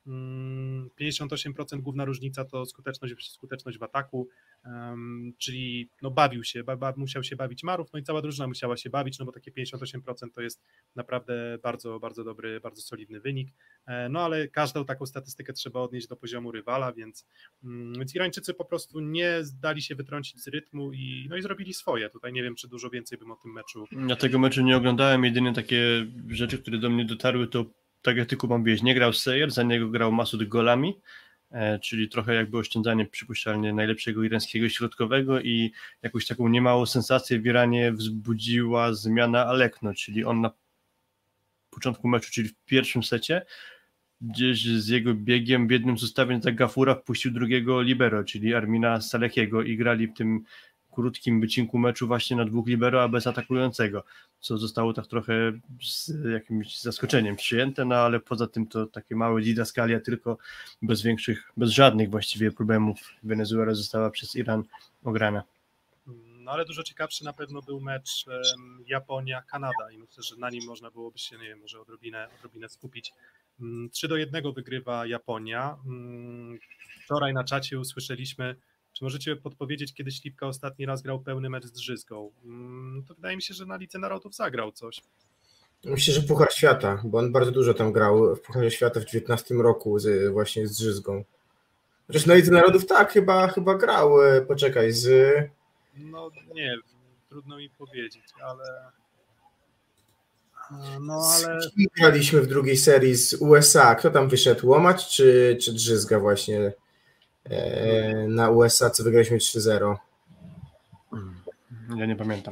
58% główna różnica to skuteczność w ataku, czyli no bawił się, musiał się bawić Marów, no i cała drużyna musiała się bawić, no bo takie 58% to jest naprawdę bardzo, bardzo dobry, bardzo solidny wynik, no ale każdą taką statystykę trzeba odnieść do poziomu rywala, więc Irańczycy po prostu nie dali się wytrącić z rytmu i zrobili swoje. Tutaj nie wiem, czy dużo więcej bym o tym meczu... Ja tego meczu nie oglądałem, jedynie takie rzeczy, które do mnie dotarły, to tak jak ty, Kuba, mówiłeś, nie grał Sejer, za niego grał Masud Golami, czyli trochę jakby oszczędzanie przypuszczalnie najlepszego irańskiego środkowego i jakąś taką niemałą sensację w Iranie wzbudziła zmiana Alekno, czyli on na początku meczu, czyli w pierwszym secie, gdzieś z jego biegiem w jednym z ustawień za Gafura wpuścił drugiego libero, czyli Armina Salehiego i grali w tym krótkim wycinku meczu właśnie na 2 libero, a bez atakującego, co zostało tak trochę z jakimś zaskoczeniem przyjęte, no ale poza tym to takie małe didaskalia, tylko bez żadnych właściwie problemów Wenezuela została przez Iran ograna. No ale dużo ciekawszy na pewno był mecz Japonia-Kanada i myślę, że na nim można byłoby się, nie wiem, może odrobinę skupić. 3-1 wygrywa Japonia. Wczoraj na czacie usłyszeliśmy, czy możecie podpowiedzieć, kiedy Śliwka ostatni raz grał pełny mecz z Drzyzgą? To wydaje mi się, że na Lidze Narodów zagrał coś. Myślę, że Puchar Świata, bo on bardzo dużo tam grał w Pucharze Świata w 19 roku właśnie z Drzyzgą. Chociaż na Lidze Narodów tak, chyba grał, poczekaj, No nie, trudno mi powiedzieć, ale... Ale... Graliśmy w drugiej serii z USA. Kto tam wyszedł? Łomacz czy Drzyzga właśnie na USA, co wygraliśmy 3-0? Ja nie pamiętam.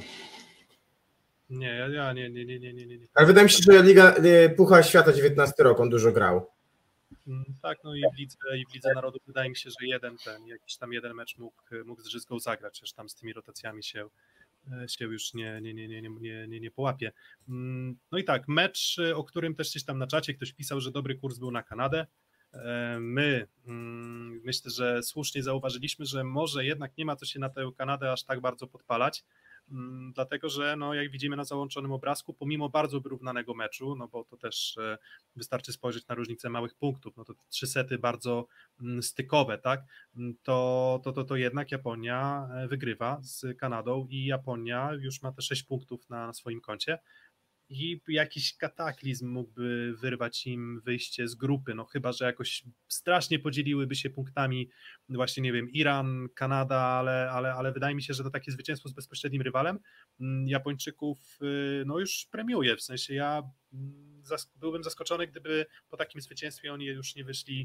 Nie. Ale wydaje mi się, że Puchar Świata 19 rok on dużo grał. Tak, no i w Lidze Narodów wydaje mi się, że jakiś tam jeden mecz mógł z Drzyzgą zagrać, przecież tam z tymi rotacjami się już nie połapie. No i tak, mecz, o którym też gdzieś tam na czacie ktoś pisał, że dobry kurs był na Kanadę. My myślę, że słusznie zauważyliśmy, że może jednak nie ma co się na tę Kanadę aż tak bardzo podpalać, dlatego że no, jak widzimy na załączonym obrazku, pomimo bardzo wyrównanego meczu, no bo to też wystarczy spojrzeć na różnicę małych punktów, no to 3 sety bardzo stykowe, tak, to jednak Japonia wygrywa z Kanadą i Japonia już ma te 6 punktów na swoim koncie. I jakiś kataklizm mógłby wyrwać im wyjście z grupy, no chyba, że jakoś strasznie podzieliłyby się punktami właśnie, nie wiem, Iran, Kanada, ale wydaje mi się, że to takie zwycięstwo z bezpośrednim rywalem Japończyków no już premiuje, w sensie ja byłbym zaskoczony, gdyby po takim zwycięstwie oni już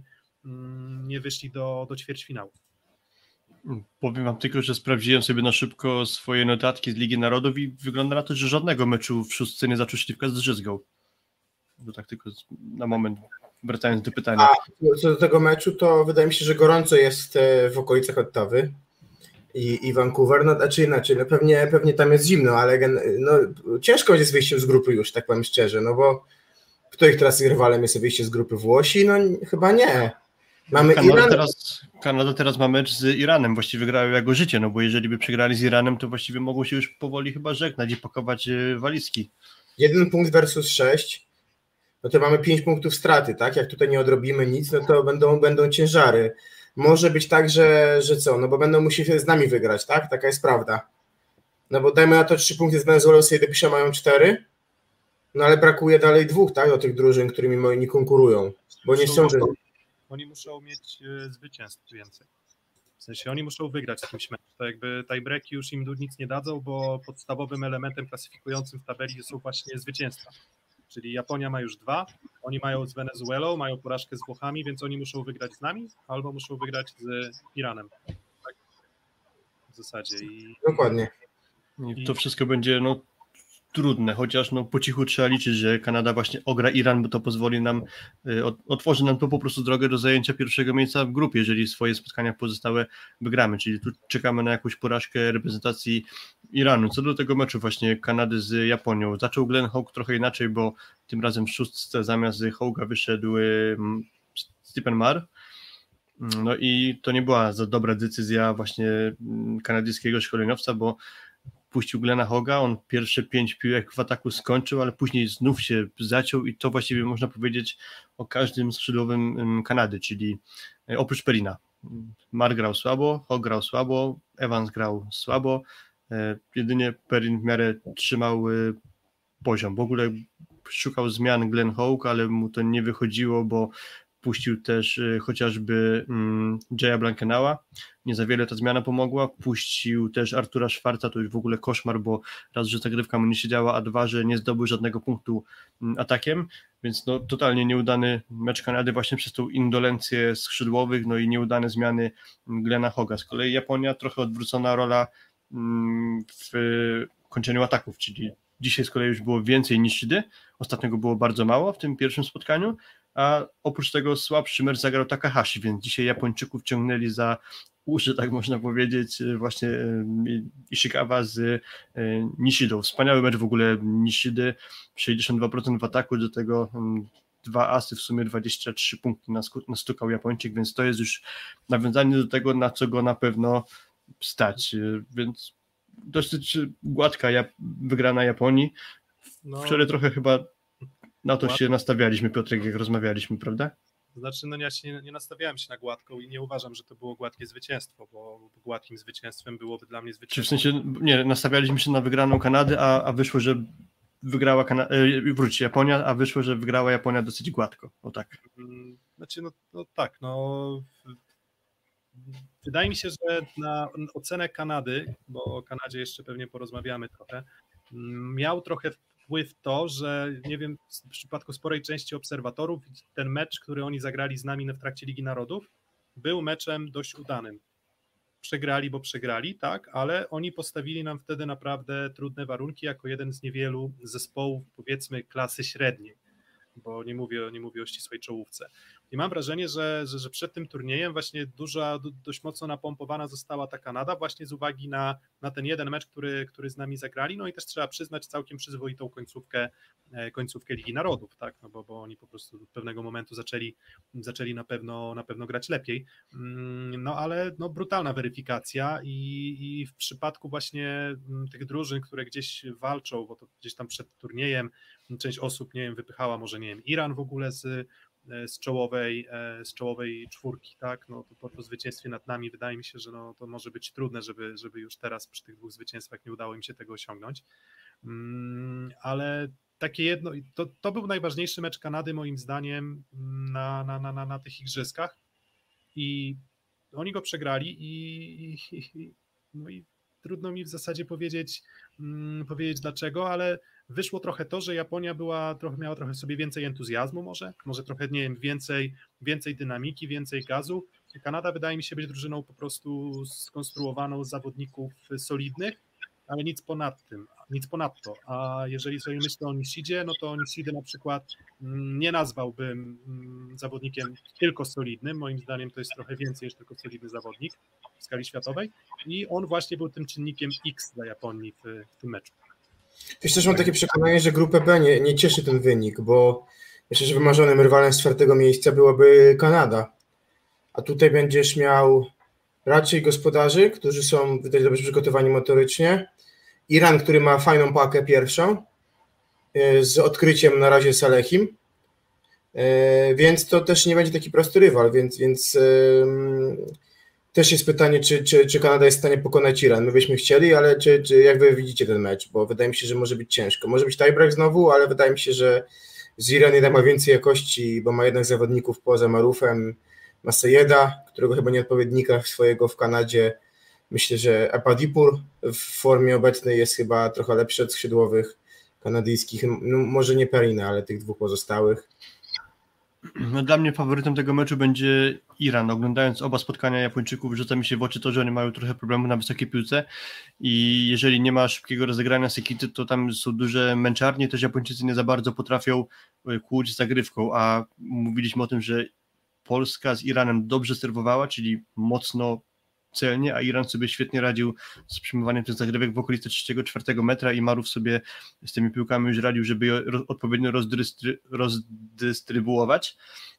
nie wyszli do ćwierćfinału. Powiem wam tylko, że sprawdziłem sobie na szybko swoje notatki z Ligi Narodów i wygląda na to, że żadnego meczu w szóstce nie zaczął Śliwka z Drzyzgą. To tak tylko na moment, wracając do pytania. A co do tego meczu, to wydaje mi się, że gorąco jest w okolicach Ottawy i Vancouver, no znaczy inaczej, no pewnie tam jest zimno, ale no, ciężko jest wyjściem z grupy już, tak powiem szczerze, no bo kto ich teraz rywalem jest wyjście z grupy? Włosi? No chyba nie. Mamy Kanada teraz ma mecz z Iranem, właściwie grają jako życie, no bo jeżeli by przegrali z Iranem, to właściwie mogą się już powoli chyba żegnać i pakować walizki. 1 punkt versus 6, no to mamy 5 punktów straty, tak? Jak tutaj nie odrobimy nic, no to będą ciężary. Może być tak, że co? No bo będą musieli z nami wygrać, tak? Taka jest prawda. No bo dajmy na to 3 punkty z Wenezuelą, sobie dopisze mają 4, no ale brakuje dalej 2, tak? Do tych drużyn, którymi oni konkurują, bo nie sądzę. Oni muszą mieć zwycięstw więcej. W sensie oni muszą wygrać jakimś mecz. To jakby tiebreaki już im nic nie dadzą, bo podstawowym elementem klasyfikującym w tabeli są właśnie zwycięstwa. Czyli Japonia ma już 2, oni mają z Wenezuelą, mają porażkę z Włochami, więc oni muszą wygrać z nami albo muszą wygrać z Iranem. Tak? W zasadzie. Dokładnie. I to wszystko będzie trudne, chociaż po cichu trzeba liczyć, że Kanada właśnie ogra Iran, bo to pozwoli nam, otworzy nam to po prostu drogę do zajęcia pierwszego miejsca w grupie, jeżeli swoje spotkania pozostałe wygramy, czyli tu czekamy na jakąś porażkę reprezentacji Iranu. Co do tego meczu właśnie Kanady z Japonią, zaczął Glenn Hoag trochę inaczej, bo tym razem w szóstce zamiast Hoaga wyszedł Stephen Marr. No i to nie była za dobra decyzja właśnie kanadyjskiego szkoleniowca, bo puścił Glena Hogga, on pierwsze 5 piłek w ataku skończył, ale później znów się zaciął i to właściwie można powiedzieć o każdym skrzydłowym Kanady, czyli oprócz Perrina. Marr grał słabo, Hogg grał słabo, Evans grał słabo, jedynie Perrin w miarę trzymał poziom. W ogóle szukał zmian Glenn Hogg, ale mu to nie wychodziło, bo puścił też chociażby Jaya Blankenała, nie za wiele ta zmiana pomogła, puścił też Artura Schwarza, to już w ogóle koszmar, bo raz, że zagrywka mu nie siedziała, a dwa, że nie zdobył żadnego punktu atakiem, więc no totalnie nieudany mecz Kanady właśnie przez tą indolencję skrzydłowych, no i nieudane zmiany Glena Hogga. Z kolei Japonia trochę odwrócona rola w kończeniu ataków, czyli dzisiaj z kolei już było więcej Nishidy, ostatniego było bardzo mało w tym pierwszym spotkaniu, a oprócz tego słabszy mecz zagrał Takahashi, więc dzisiaj Japończyków ciągnęli za uszy, tak można powiedzieć, właśnie Ishikawa z Nishidą. Wspaniały mecz w ogóle Nishidy, 62% w ataku, do tego 2 asy, w sumie 23 punkty nastukał Japończyk, więc to jest już nawiązanie do tego, na co go na pewno stać, więc dosyć gładka wygrana Japonii. Wczoraj trochę chyba na to się nastawialiśmy, Piotrek, jak rozmawialiśmy, prawda? Znaczy, no ja się nie nastawiałem się na gładką i nie uważam, że to było gładkie zwycięstwo, bo gładkim zwycięstwem byłoby dla mnie zwycięstwo. Czy w sensie, nie, nastawialiśmy się na wygraną Kanadę, a wyszło, że wygrała Japonia, a wyszło, że wygrała Japonia dosyć gładko, o tak. Znaczy, no tak, wydaje mi się, że na ocenę Kanady, bo o Kanadzie jeszcze pewnie porozmawiamy trochę, miał trochę wpływ to, że nie wiem, w przypadku sporej części obserwatorów ten mecz, który oni zagrali z nami w trakcie Ligi Narodów, był meczem dość udanym. Przegrali, bo przegrali, tak, ale oni postawili nam wtedy naprawdę trudne warunki jako jeden z niewielu zespołów, powiedzmy, klasy średniej, bo nie mówię o ścisłej czołówce. I mam wrażenie, że przed tym turniejem właśnie dość mocno napompowana została ta Kanada właśnie z uwagi na ten jeden mecz, który z nami zagrali, no i też trzeba przyznać całkiem przyzwoitą końcówkę Ligi Narodów, tak, no bo oni po prostu od pewnego momentu zaczęli na pewno grać lepiej, no ale no brutalna weryfikacja i w przypadku właśnie tych drużyn, które gdzieś walczą, bo to gdzieś tam przed turniejem część osób, nie wiem, wypychała może, nie wiem, Iran w ogóle z czołowej czwórki, tak, no to po zwycięstwie nad nami wydaje mi się, że no, to może być trudne, żeby już teraz przy tych 2 zwycięstwach nie udało im się tego osiągnąć, ale takie jedno, to był najważniejszy mecz Kanady moim zdaniem na tych igrzyskach i oni go przegrali no i trudno mi w zasadzie powiedzieć dlaczego, ale wyszło trochę to, że Japonia miała trochę w sobie więcej entuzjazmu może trochę, nie wiem, więcej dynamiki, więcej gazu. Kanada wydaje mi się być drużyną po prostu skonstruowaną z zawodników solidnych, ale nic ponadto. A jeżeli sobie myślę o Nishidzie, no to Nishidy na przykład nie nazwałbym zawodnikiem tylko solidnym. Moim zdaniem to jest trochę więcej niż tylko solidny zawodnik w skali światowej i on właśnie był tym czynnikiem X dla Japonii w tym meczu. Wiesz, też mam takie przekonanie, że grupę B nie cieszy ten wynik, bo myślę, że wymarzonym rywalem z 4. miejsca byłaby Kanada, a tutaj będziesz miał raczej gospodarzy, którzy są widać dobrze przygotowani motorycznie, Iran, który ma fajną pakę pierwszą, z odkryciem na razie Salehim, więc to też nie będzie taki prosty rywal, więc też jest pytanie, czy Kanada jest w stanie pokonać Iran. My byśmy chcieli, ale czy jak wy widzicie ten mecz, bo wydaje mi się, że może być ciężko. Może być tiebreak znowu, ale wydaje mi się, że z Iran jednak ma więcej jakości, bo ma jednak zawodników poza Marufem, ma Sejeda, którego chyba nieodpowiednika swojego w Kanadzie. Myślę, że Apadipur w formie obecnej jest chyba trochę lepszy od skrzydłowych kanadyjskich. No, może nie Perrina, ale tych 2 pozostałych. No, dla mnie faworytem tego meczu będzie Iran. Oglądając oba spotkania Japończyków, rzuca mi się w oczy to, że oni mają trochę problemu na wysokiej piłce i jeżeli nie ma szybkiego rozegrania sekity, to tam są duże męczarnie, też Japończycy nie za bardzo potrafią kłuć zagrywką, a mówiliśmy o tym, że Polska z Iranem dobrze serwowała, czyli mocno celnie, a Iran sobie świetnie radził z przyjmowaniem tych zagrywek w okolicy 3-4 metra i Maruf sobie z tymi piłkami już radził, żeby je odpowiednio rozdystrybuować.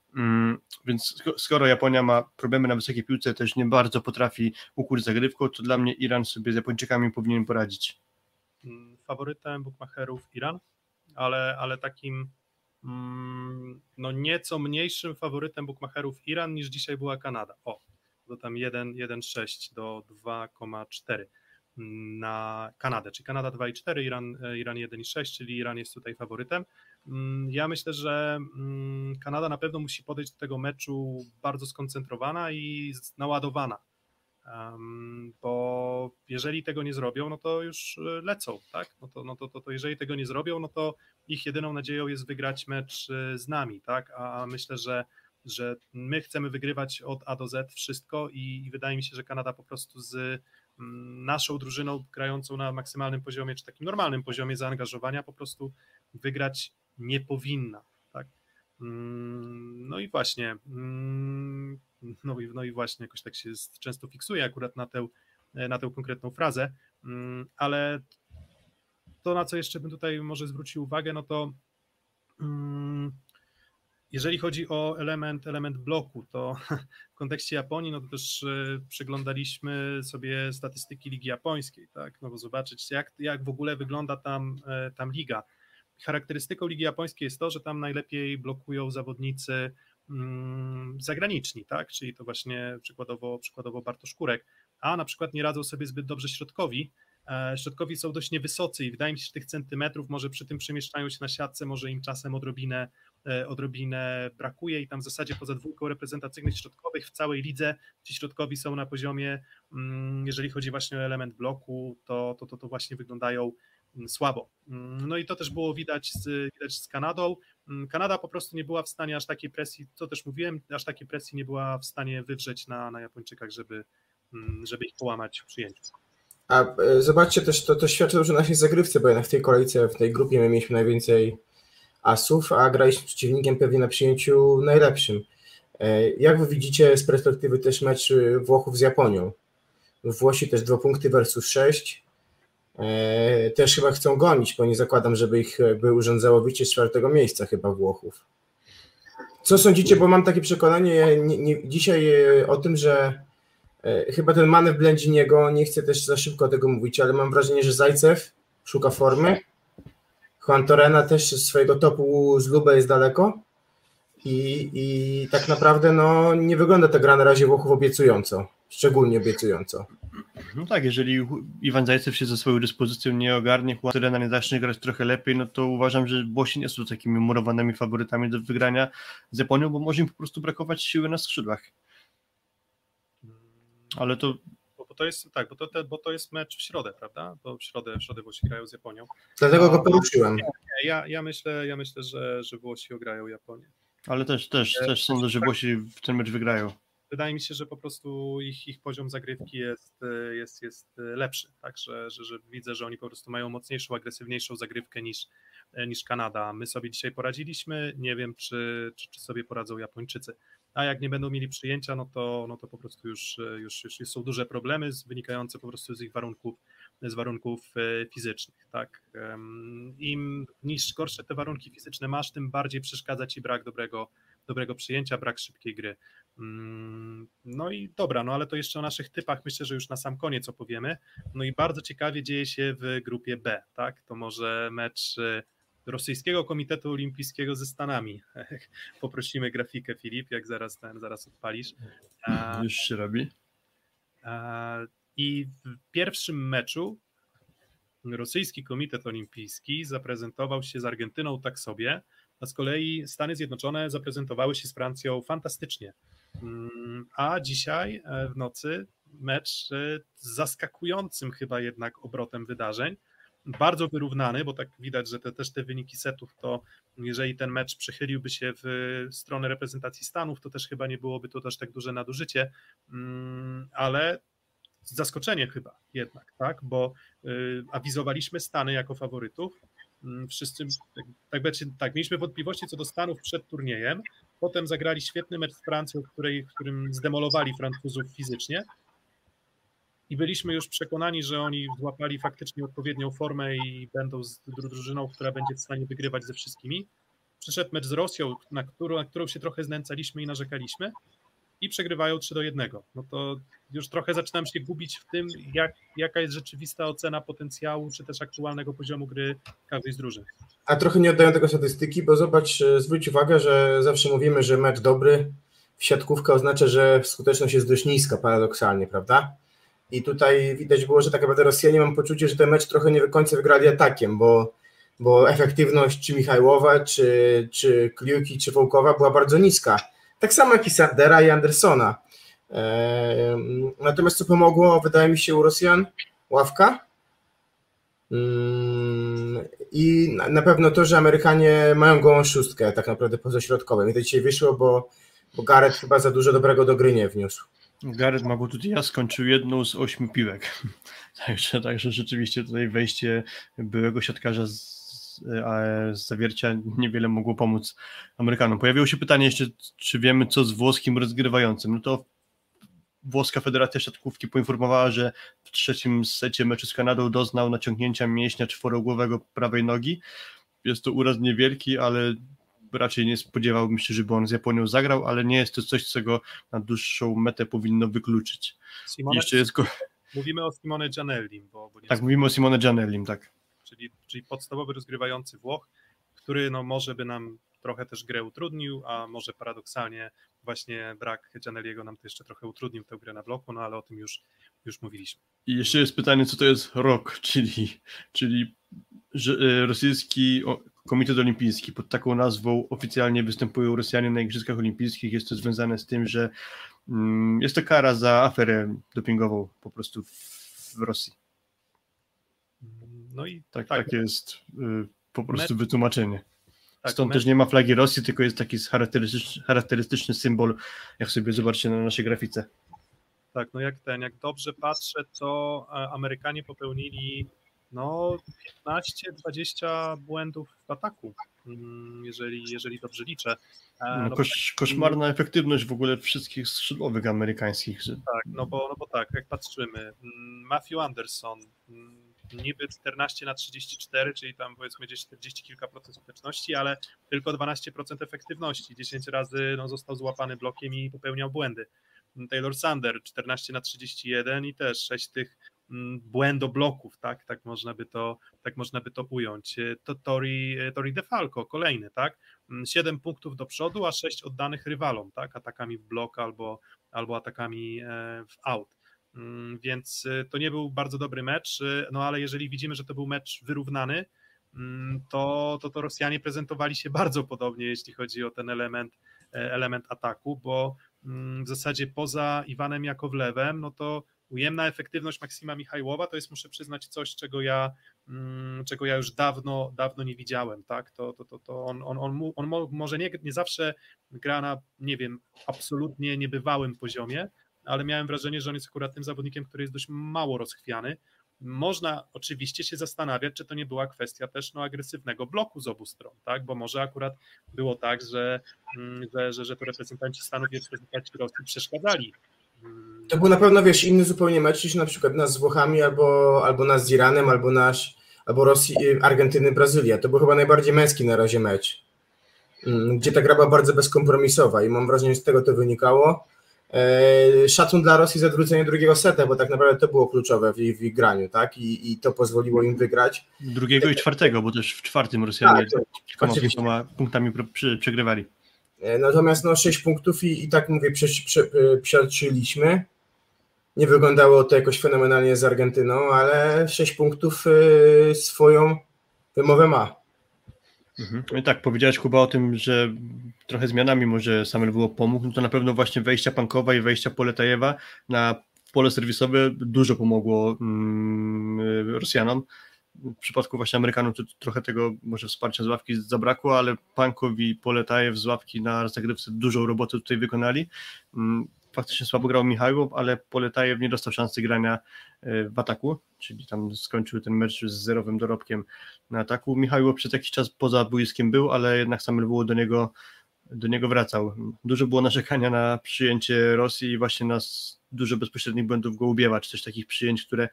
Więc skoro Japonia ma problemy na wysokiej piłce, też nie bardzo potrafi ukuć zagrywką, to dla mnie Iran sobie z Japończykami powinien poradzić. faworytem bookmacherów Iran, ale takim no nieco mniejszym faworytem bookmacherów Iran niż dzisiaj była Kanada. To tam 1,6 do 2,4 na Kanadę, czyli Kanada 2,4, Iran 1,6, czyli Iran jest tutaj faworytem. Ja myślę, że Kanada na pewno musi podejść do tego meczu bardzo skoncentrowana i naładowana, bo jeżeli tego nie zrobią, no to już lecą, tak? To jeżeli tego nie zrobią, no to ich jedyną nadzieją jest wygrać mecz z nami, tak? A myślę, że my chcemy wygrywać od A do Z wszystko i wydaje mi się, że Kanada po prostu z naszą drużyną grającą na maksymalnym poziomie, czy takim normalnym poziomie zaangażowania po prostu wygrać nie powinna, tak? No i właśnie jakoś tak się często fiksuje akurat na tę konkretną frazę, ale to, na co jeszcze bym tutaj może zwrócił uwagę, no to jeżeli chodzi o element bloku, to w kontekście Japonii, no to też przeglądaliśmy sobie statystyki Ligi Japońskiej, tak, no bo zobaczyć jak w ogóle wygląda tam liga. Charakterystyką Ligi Japońskiej jest to, że tam najlepiej blokują zawodnicy zagraniczni, tak, czyli to właśnie przykładowo Bartosz Kurek, a na przykład nie radzą sobie zbyt dobrze środkowi. Środkowi są dość niewysocy i wydaje mi się, że tych centymetrów może przy tym przemieszczaniu się na siatce, może im czasem odrobinę brakuje i tam w zasadzie poza dwójką reprezentacyjnych środkowych w całej lidze ci środkowi są na poziomie, jeżeli chodzi właśnie o element bloku, to właśnie wyglądają słabo. No i to też było widać z Kanadą. Kanada po prostu nie była w stanie aż takiej presji, co też mówiłem, aż takiej presji nie była w stanie wywrzeć na Japończykach, żeby ich połamać w przyjęciu. A zobaczcie też, to świadczy dobrze o naszej zagrywce, bo jednak w tej kolejce, w tej grupie my mieliśmy najwięcej asów, a graliśmy z przeciwnikiem pewnie na przyjęciu najlepszym. Jak wy widzicie z perspektywy też mecz Włochów z Japonią? Włosi też 2 punkty versus 6. Też chyba chcą gonić, bo nie zakładam, żeby ich by urządzało wyjście z 4. miejsca chyba Włochów. Co sądzicie, bo mam takie przekonanie dzisiaj o tym, że chyba ten manewr Blędziniego, nie chcę też za szybko tego mówić, ale mam wrażenie, że Zajcew szuka formy. Juan Torrena też z swojego topu z Lubę jest daleko i tak naprawdę no, nie wygląda ta gra na razie Włochów obiecująco, szczególnie obiecująco. No tak, jeżeli Iwan Zajcew się ze swoją dyspozycją nie ogarnie, Juan Torrena nie zacznie grać trochę lepiej, no to uważam, że Włosi nie są takimi murowanymi faworytami do wygrania z Japonią, bo może im po prostu brakować siły na skrzydłach. Ale to... Bo to jest tak, bo to jest mecz w środę, prawda? Bo w środę Włosi grają z Japonią. Dlatego go poruszyłem. Ja myślę, że Włosi ograją Japonię. Ale też sądzę, że Włosi w ten mecz wygrają. Wydaje mi się, że po prostu ich poziom zagrywki jest lepszy, tak, że widzę, że oni po prostu mają mocniejszą, agresywniejszą zagrywkę niż Kanada. My sobie dzisiaj poradziliśmy, nie wiem, czy sobie poradzą Japończycy. A jak nie będą mieli przyjęcia, no to po prostu już są duże problemy wynikające po prostu z ich warunków fizycznych. Tak? Im niż gorsze te warunki fizyczne masz, tym bardziej przeszkadza ci brak dobrego przyjęcia, brak szybkiej gry. No i dobra, no ale to jeszcze o naszych typach myślę, że już na sam koniec opowiemy. No i bardzo ciekawie dzieje się w grupie B, tak? To może mecz Rosyjskiego Komitetu Olimpijskiego ze Stanami. Poprosimy grafikę, Filip, jak zaraz odpalisz. Już się robi. I w pierwszym meczu Rosyjski Komitet Olimpijski zaprezentował się z Argentyną tak sobie, a z kolei Stany Zjednoczone zaprezentowały się z Francją fantastycznie. A dzisiaj w nocy mecz z zaskakującym chyba jednak obrotem wydarzeń, bardzo wyrównany, bo tak widać, że te wyniki setów, to jeżeli ten mecz przechyliłby się w stronę reprezentacji Stanów, to też chyba nie byłoby to też tak duże nadużycie, ale zaskoczenie chyba jednak, tak, bo awizowaliśmy Stany jako faworytów, wszyscy, tak, mieliśmy wątpliwości co do Stanów przed turniejem, potem zagrali świetny mecz z Francją, w którym zdemolowali Francuzów fizycznie i byliśmy już przekonani, że oni złapali faktycznie odpowiednią formę i będą z drużyną, która będzie w stanie wygrywać ze wszystkimi. Przyszedł mecz z Rosją, na którą się trochę znęcaliśmy i narzekaliśmy i przegrywają 3-1. No to już trochę zaczynam się gubić w tym, jaka jest rzeczywista ocena potencjału, czy też aktualnego poziomu gry każdej z drużyn. A trochę nie oddają tego statystyki, bo zobacz, zwróć uwagę, że zawsze mówimy, że mecz dobry w siatkówkę oznacza, że skuteczność jest dość niska, paradoksalnie, prawda? I tutaj widać było, że tak naprawdę Rosjanie, mam poczucie, że ten mecz trochę nie do końca wygrali atakiem, bo efektywność czy Michajłowa, czy Kliuki, czy Wołkowa była bardzo niska. Tak samo jak i Sardera i Andersona. Natomiast co pomogło, wydaje mi się, u Rosjan? Ławka. I na pewno to, że Amerykanie mają gołą szóstkę tak naprawdę poza środkowym. I to dzisiaj wyszło, bo Garrett chyba za dużo dobrego do gry nie wniósł. Garrett Magututia skończył 1 z 8 piłek. Także rzeczywiście tutaj wejście byłego siatkarza z Zawiercia niewiele mogło pomóc Amerykanom. Pojawiło się pytanie jeszcze, czy wiemy co z włoskim rozgrywającym. No to włoska Federacja Siatkówki poinformowała, że w trzecim secie meczu z Kanadą doznał naciągnięcia mięśnia czworogłowego prawej nogi. Jest to uraz niewielki, ale raczej nie spodziewałbym się, żeby on z Japonią zagrał, ale nie jest to coś, co go na dłuższą metę powinno wykluczyć. Jeszcze jest Mówimy o Simone Gianellim. Tak, mówimy o Simone Gianellim, tak. Czyli podstawowy rozgrywający Włoch, który no może by nam trochę też grę utrudnił, a może paradoksalnie właśnie brak Gianelliego nam to jeszcze trochę utrudnił tę grę na bloku, no ale o tym już mówiliśmy. I jeszcze jest pytanie, co to jest ROK, czyli rosyjski Komitet Olimpijski. Pod taką nazwą oficjalnie występują Rosjanie na Igrzyskach Olimpijskich. Jest to związane z tym, że jest to kara za aferę dopingową po prostu w Rosji. No i tak jest po prostu wytłumaczenie. Stąd też nie ma flagi Rosji, tylko jest taki charakterystyczny symbol, jak sobie zobaczycie na naszej grafice. Tak, no jak dobrze patrzę, to Amerykanie popełnili 15-20 błędów w ataku, jeżeli dobrze liczę. Koszmarna efektywność w ogóle wszystkich skrzydłowych amerykańskich. Tak, no bo tak, jak patrzymy, Matthew Anderson, niby 14/34, czyli tam powiedzmy gdzieś 40 kilka procent skuteczności, ale tylko 12% efektywności, 10 razy został złapany blokiem i popełniał błędy. Taylor Sander 14/31 i też 6 tych błędobloków, tak można by to ująć. To Tori DeFalco, kolejny, tak? 7 punktów do przodu, a 6 oddanych rywalom, tak? Atakami w blok albo atakami w out. Więc to nie był bardzo dobry mecz, no ale jeżeli widzimy, że to był mecz wyrównany, to Rosjanie prezentowali się bardzo podobnie, jeśli chodzi o ten element ataku, bo w zasadzie poza Iwanem Jakowlewem, no to ujemna efektywność Maksima Michajłowa to jest, muszę przyznać, coś, czego ja już dawno nie widziałem, tak? To on może nie zawsze gra na, nie wiem, absolutnie niebywałym poziomie, ale miałem wrażenie, że on jest akurat tym zawodnikiem, który jest dość mało rozchwiany. Można oczywiście się zastanawiać, czy to nie była kwestia też agresywnego bloku z obu stron, tak? Bo może akurat było tak, że to reprezentanci Stanów i reprezentanci Rosji przeszkadzali. To był na pewno, inny zupełnie mecz niż na przykład nas z Włochami, albo nas z Iranem, albo Rosji, Argentyny, Brazylia. To był chyba najbardziej męski na razie mecz, gdzie ta gra była bardzo bezkompromisowa i mam wrażenie, że z tego to wynikało. Szacun dla Rosji za odwrócenie drugiego seta, bo tak naprawdę to było kluczowe w ich graniu, tak? I to pozwoliło im wygrać. Drugiego i czwartego, bo też w czwartym Rosjanie kilkoma punktami przegrywali. Natomiast 6 punktów i tak mówię, przeoczyliśmy. Nie wyglądało to jakoś fenomenalnie z Argentyną, ale 6 punktów swoją wymowę ma. No i tak, powiedziałeś, Kuba, o tym, że trochę zmianami może Samuel było pomógł, no to na pewno właśnie wejścia Pankowa i wejścia Poletajewa na pole serwisowe dużo pomogło Rosjanom. W przypadku właśnie Amerykanów to trochę tego może wsparcia z ławki zabrakło, ale Pankow i Poletajew z ławki na zagrywce dużą robotę tutaj wykonali. Faktycznie słabo grał Michajłow, ale Poletajew nie dostał szansy grania w ataku, czyli tam skończył ten mecz z zerowym dorobkiem na ataku. Michajłow przez jakiś czas poza boiskiem był, ale jednak Samuel było do niego wracał. Dużo było narzekania na przyjęcie Rosji i właśnie na dużo bezpośrednich błędów Gołubiewa, czy też takich przyjęć, które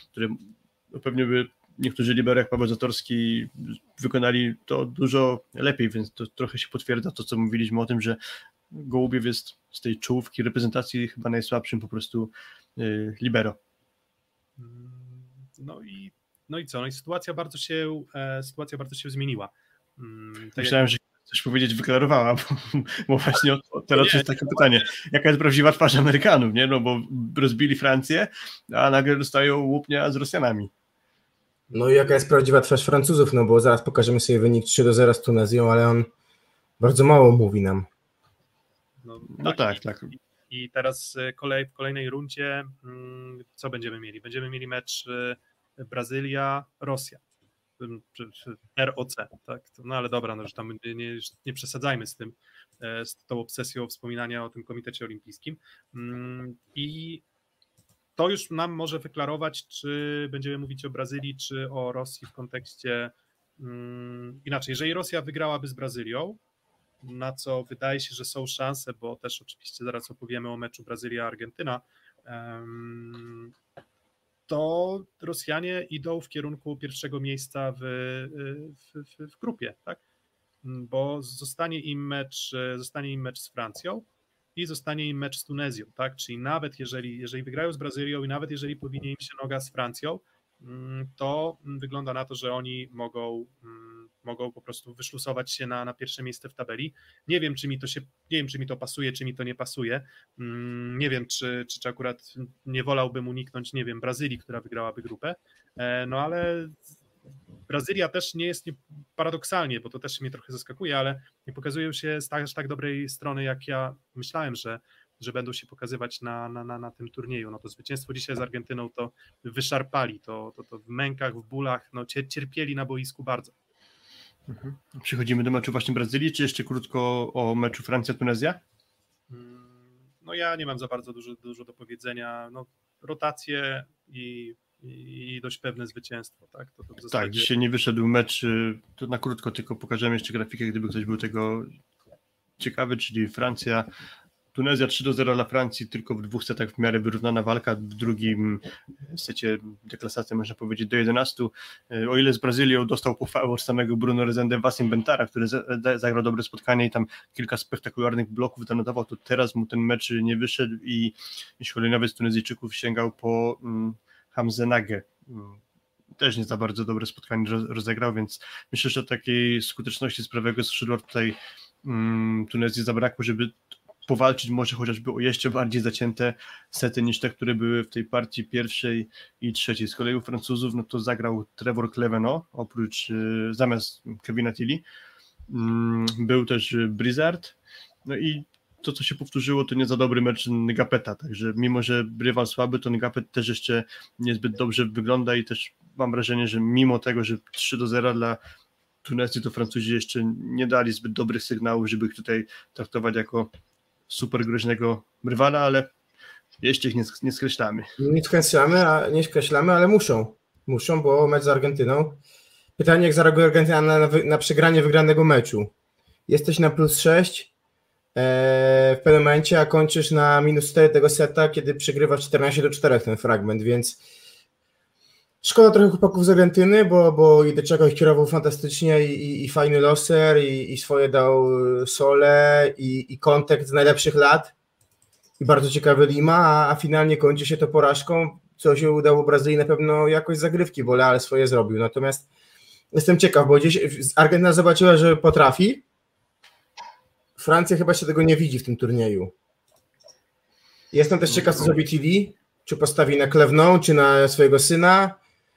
pewnie by niektórzy libero jak Paweł Zatorski wykonali to dużo lepiej, więc to trochę się potwierdza to, co mówiliśmy o tym, że Gołubiew jest z tej czołówki reprezentacji chyba najsłabszym po prostu libero. No i co? No i sytuacja bardzo się zmieniła. Myślałem, że coś powiedzieć wyklarowała, bo właśnie teraz jest takie pytanie, jaka jest prawdziwa twarz Amerykanów, nie? No bo rozbili Francję, a nagle dostają łupnia z Rosjanami. No i jaka jest prawdziwa twarz Francuzów, no bo zaraz pokażemy sobie wynik 3-0 z Tunezją, ale on bardzo mało mówi nam. No tak. I I teraz w kolejnej rundzie co będziemy mieli? Będziemy mieli mecz Brazylia-Rosja. ROC, tak? No ale dobra, no już tam nie przesadzajmy z tym, z tą obsesją wspominania o tym Komitecie Olimpijskim. I to już nam może wyklarować, czy będziemy mówić o Brazylii, czy o Rosji w kontekście inaczej. Jeżeli Rosja wygrałaby z Brazylią, na co wydaje się, że są szanse, bo też oczywiście zaraz opowiemy o meczu Brazylia-Argentyna, to Rosjanie idą w kierunku pierwszego miejsca w grupie, tak? Bo zostanie im mecz z Francją i zostanie im mecz z Tunezją, tak? Czyli nawet jeżeli wygrają z Brazylią i nawet jeżeli powinie im się noga z Francją, to wygląda na to, że oni mogą po prostu wyszlusować się na pierwsze miejsce w tabeli. Nie wiem, czy mi to pasuje, czy mi to nie pasuje. Nie wiem, czy akurat nie wolałbym uniknąć, nie wiem, Brazylii, która wygrałaby grupę. No ale Brazylia też nie jest paradoksalnie, bo to też mnie trochę zaskakuje, ale nie pokazują się z tak dobrej strony, jak ja myślałem, że będą się pokazywać na tym turnieju. No to zwycięstwo dzisiaj z Argentyną to wyszarpali, to w mękach, w bólach, no cierpieli na boisku bardzo. Przechodzimy do meczu właśnie Brazylii, czy jeszcze krótko o meczu Francja-Tunezja? No ja nie mam za bardzo dużo do powiedzenia. No, rotacje i dość pewne zwycięstwo. Tak, to w zasadzie... Tak, dzisiaj nie wyszedł mecz, to na krótko tylko pokażemy jeszcze grafikę, gdyby ktoś był tego ciekawy, czyli Francja, Tunezja 3-0 dla Francji, tylko w 2 setach w miarę wyrównana walka, w drugim secie deklasacja można powiedzieć do 11. O ile z Brazylią dostał pochwałę od samego Bruno Rezende Wassim Bentara, który zagrał dobre spotkanie i tam kilka spektakularnych bloków zanotował, to teraz mu ten mecz nie wyszedł i jeśli chodzi nawet z Tunezyjczyków sięgał po Hamzę Nagę. Też nie za bardzo dobre spotkanie rozegrał, więc myślę, że takiej skuteczności z prawego skrzydła tutaj Tunezji zabrakło, żeby powalczyć może chociażby o jeszcze bardziej zacięte sety niż te, które były w tej partii pierwszej i trzeciej. Z kolei u Francuzów no to zagrał Trevor Clevenot, zamiast Kevina Tilly. Był też Blizzard. No i to, co się powtórzyło, to nie za dobry mecz Ngapeta, także mimo, że rywal słaby, to Ngapet też jeszcze niezbyt dobrze wygląda i też mam wrażenie, że mimo tego, że 3-0 dla Tunezji, to Francuzi jeszcze nie dali zbyt dobrych sygnałów, żeby ich tutaj traktować jako super groźnego rywala, ale jeszcze ich nie skreślamy. Nie skreślamy, ale muszą, bo mecz z Argentyną. Pytanie, jak zareaguje Argentyna na przegranie wygranego meczu. Jesteś na +6 w pewnym momencie, a kończysz na -4 tego seta, kiedy przegrywasz 14-4 ten fragment, więc szkoda trochę chłopaków z Argentyny, bo Ideczeko ich kierował fantastycznie i fajny loser i swoje dał Sole i kontakt z najlepszych lat i bardzo ciekawy Lima, a finalnie kończy się to porażką, co się udało Brazylii na pewno jakoś zagrywki, bo Leal swoje zrobił, natomiast jestem ciekaw, bo gdzieś Argentyna zobaczyła, że potrafi, Francja chyba się tego nie widzi w tym turnieju. Jestem też ciekaw, co zrobi Tilly, czy postawi na Clevenot, czy na swojego syna,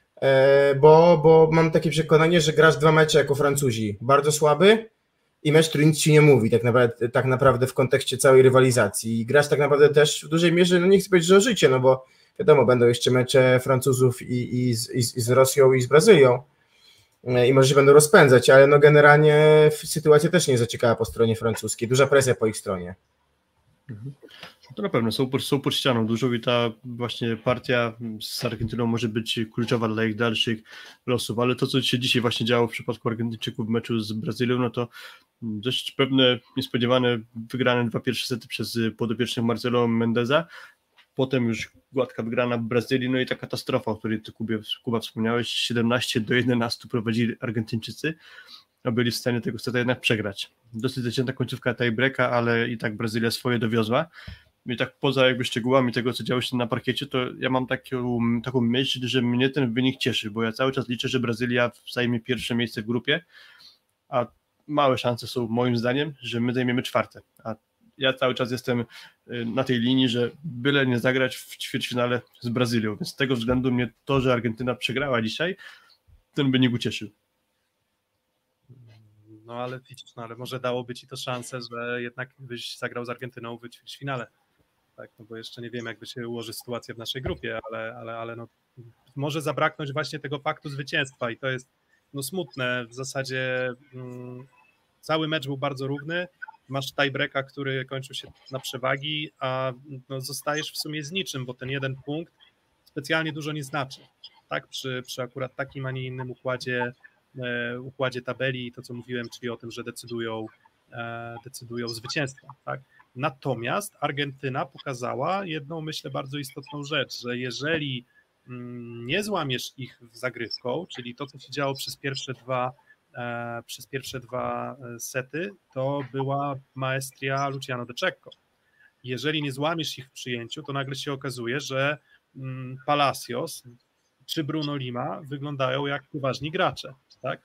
bo mam takie przekonanie, że grasz 2 mecze jako Francuzi, bardzo słaby i mecz, który nic ci nie mówi tak naprawdę w kontekście całej rywalizacji i grasz tak naprawdę też w dużej mierze, no nie chcę powiedzieć, że o życie, no bo wiadomo, będą jeszcze mecze Francuzów i z Rosją i z Brazylią i może się będą rozpędzać, ale no generalnie sytuacja też nie jest za ciekawa po stronie francuskiej, duża presja po ich stronie. To na pewno są pod ścianą dużo i ta właśnie partia z Argentyną może być kluczowa dla ich dalszych losów, ale to, co się dzisiaj właśnie działo w przypadku Argentyńczyków w meczu z Brazylią, no to dość pewne, niespodziewane wygrane 2 pierwsze sety przez podopiecznych Marcelo Mendeza, potem już gładka wygrana w Brazylii, no i ta katastrofa, o której ty Kuba wspomniałeś, 17-11 prowadzili Argentyńczycy, a byli w stanie tego seta jednak przegrać. dosyć zacięta końcówka tiebreaka, ale i tak Brazylia swoje dowiozła. I tak poza jakby szczegółami tego, co działo się na parkiecie, to ja mam taką myśl, że mnie ten wynik cieszy, bo ja cały czas liczę, że Brazylia zajmie pierwsze miejsce w grupie, a małe szanse są moim zdaniem, że my zajmiemy czwarte. A ja cały czas jestem na tej linii, że byle nie zagrać w ćwierćfinale z Brazylią, więc z tego względu mnie to, że Argentyna przegrała dzisiaj, ten wynik ucieszył. No ale widzisz, ale może dałoby ci to szansę, że jednak byś zagrał z Argentyną w ćwierćfinale. Tak, no bo jeszcze nie wiem, jakby się ułoży sytuacja w naszej grupie, ale no, może zabraknąć właśnie tego faktu zwycięstwa i to jest no, smutne. W zasadzie cały mecz był bardzo równy, masz tiebreaka, który kończył się na przewagi, a no, zostajesz w sumie z niczym, bo ten jeden punkt specjalnie dużo nie znaczy. Tak, przy akurat takim, a nie innym układzie tabeli i to, co mówiłem, czyli o tym, że decydują zwycięstwa. Tak? Natomiast Argentyna pokazała jedną, myślę, bardzo istotną rzecz, że jeżeli nie złamiesz ich zagrywką, czyli to, co się działo przez pierwsze dwa sety, to była maestria Luciano de Cecco. Jeżeli nie złamiesz ich w przyjęciu, to nagle się okazuje, że Palacios czy Bruno Lima wyglądają jak poważni gracze. Tak?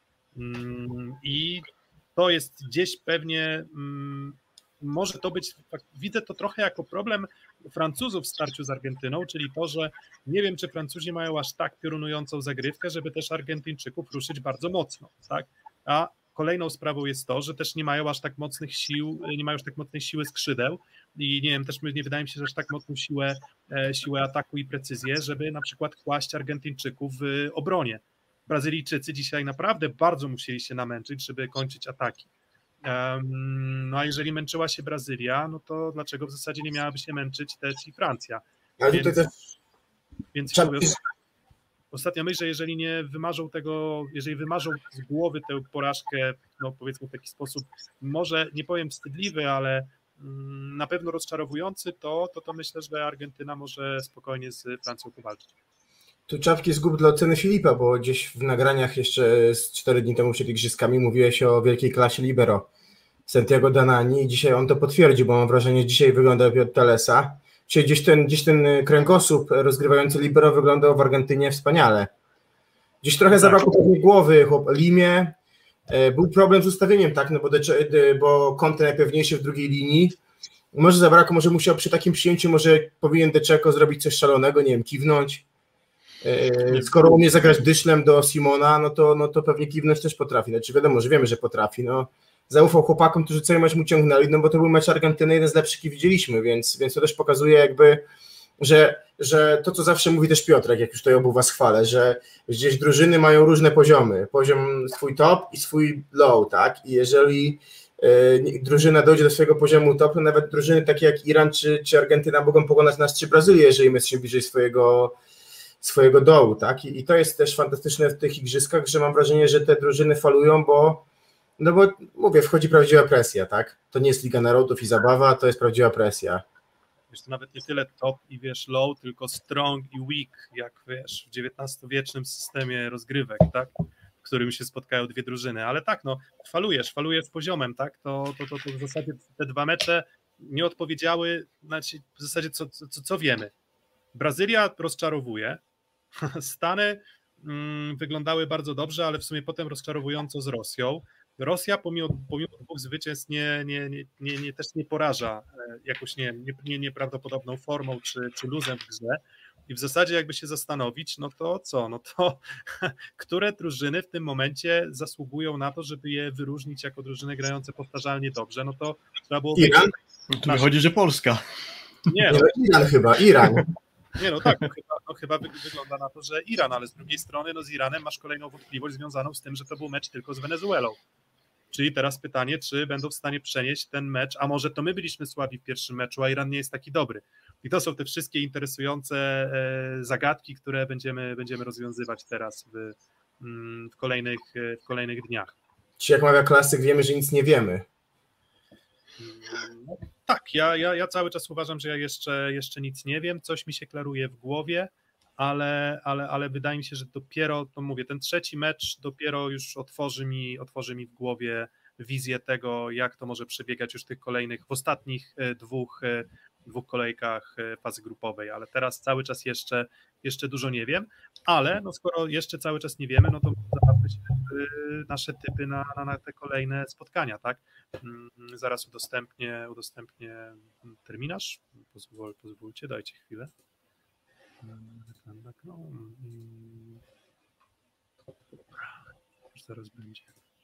I to jest gdzieś pewnie, może to być, widzę to trochę jako problem Francuzów w starciu z Argentyną, czyli to, że nie wiem, czy Francuzi mają aż tak piorunującą zagrywkę, żeby też Argentyńczyków ruszyć bardzo mocno. Tak? A kolejną sprawą jest to, że też nie mają aż tak mocnych sił, nie mają aż tak mocnej siły skrzydeł i nie wiem, też nie wydaje mi się, że aż tak mocną siłę ataku i precyzję, żeby na przykład kłaść Argentyńczyków w obronie. Brazylijczycy dzisiaj naprawdę bardzo musieli się namęczyć, żeby kończyć ataki. No a jeżeli męczyła się Brazylia, no to dlaczego w zasadzie nie miałaby się męczyć też i Francja? Ale tutaj też... Więc ostatnia myśl, że jeżeli nie wymarzą tego, jeżeli wymarzą z głowy tę porażkę, no powiedzmy w taki sposób, może nie powiem wstydliwy, ale na pewno rozczarowujący, to myślę, że Argentyna może spokojnie z Francją powalczyć. Tu czapki zgub dla oceny Filipa, bo gdzieś w nagraniach jeszcze z 4 dni temu przed igrzyskami mówiłeś o wielkiej klasie libero Santiago Danani i dzisiaj on to potwierdził, bo mam wrażenie, że dzisiaj wygląda lepiej od Telesa. Czyli gdzieś ten kręgosłup rozgrywający libero wyglądał w Argentynie wspaniale. Gdzieś trochę zabrakło pewnej głowy Limie. Był problem z ustawieniem, tak, no bo Conte najpewniejszy w drugiej linii. Może zabrakło, może musiał przy takim przyjęciu, może powinien De Cecco zrobić coś szalonego, nie wiem, kiwnąć. Skoro umie zagrać dyszlem do Simona, no to pewnie kiwnąć też potrafi. Znaczy wiadomo, że wiemy, że potrafi. No, zaufał chłopakom, którzy cały mecz mu ciągnęli, no bo to był mecz Argentyny, jeden z lepszych, jaki widzieliśmy, więc to też pokazuje jakby, że to, co zawsze mówi też Piotrek, jak już tutaj obu was chwalę, że gdzieś drużyny mają różne poziomy. Poziom swój top i swój low, tak? I jeżeli drużyna dojdzie do swojego poziomu top, to nawet drużyny takie jak Iran czy Argentyna mogą pokonać nas czy Brazylię, jeżeli my jesteśmy bliżej swojego dołu, tak? I to jest też fantastyczne w tych igrzyskach, że mam wrażenie, że te drużyny falują, bo mówię, wchodzi prawdziwa presja, tak? To nie jest Liga Narodów i zabawa, to jest prawdziwa presja. Wiesz, to nawet nie tyle top i wiesz low, tylko strong i weak, jak wiesz, w XIX-wiecznym systemie rozgrywek, tak? W którym się spotkają dwie drużyny, ale tak, no, falujesz poziomem, tak? To w zasadzie te dwa mecze nie odpowiedziały, znaczy w zasadzie co wiemy. Brazylia rozczarowuje, Stany wyglądały bardzo dobrze, ale w sumie potem rozczarowująco z Rosją. Rosja pomimo dwóch zwycięstw też nie poraża jakąś nieprawdopodobną formą czy luzem w grze. I w zasadzie jakby się zastanowić, no to co? No to które drużyny w tym momencie zasługują na to, żeby je wyróżnić jako drużyny grające powtarzalnie dobrze? No to trzeba było... Iran? Tu wychodzi, że Polska. Nie, no. Iran chyba, Iran. Nie, no tak, chyba wygląda na to, że Iran, ale z drugiej strony no z Iranem masz kolejną wątpliwość związaną z tym, że to był mecz tylko z Wenezuelą. Czyli teraz pytanie, czy będą w stanie przenieść ten mecz, a może to my byliśmy słabi w pierwszym meczu, a Iran nie jest taki dobry. I to są te wszystkie interesujące zagadki, które będziemy rozwiązywać teraz w kolejnych dniach. Czy jak mawia klasyk, wiemy, że nic nie wiemy. No, tak, ja cały czas uważam, że ja jeszcze nic nie wiem, coś mi się klaruje w głowie, ale wydaje mi się, że dopiero, to mówię, ten trzeci mecz dopiero już otworzy mi w głowie wizję tego, jak to może przebiegać już w ostatnich dwóch kolejkach fazy grupowej, ale teraz cały czas jeszcze dużo nie wiem, ale no skoro jeszcze cały czas nie wiemy, no to zabawmy się nasze typy na te kolejne spotkania, tak? Zaraz udostępnię terminarz, pozwólcie, dajcie chwilę. Zaraz będzie.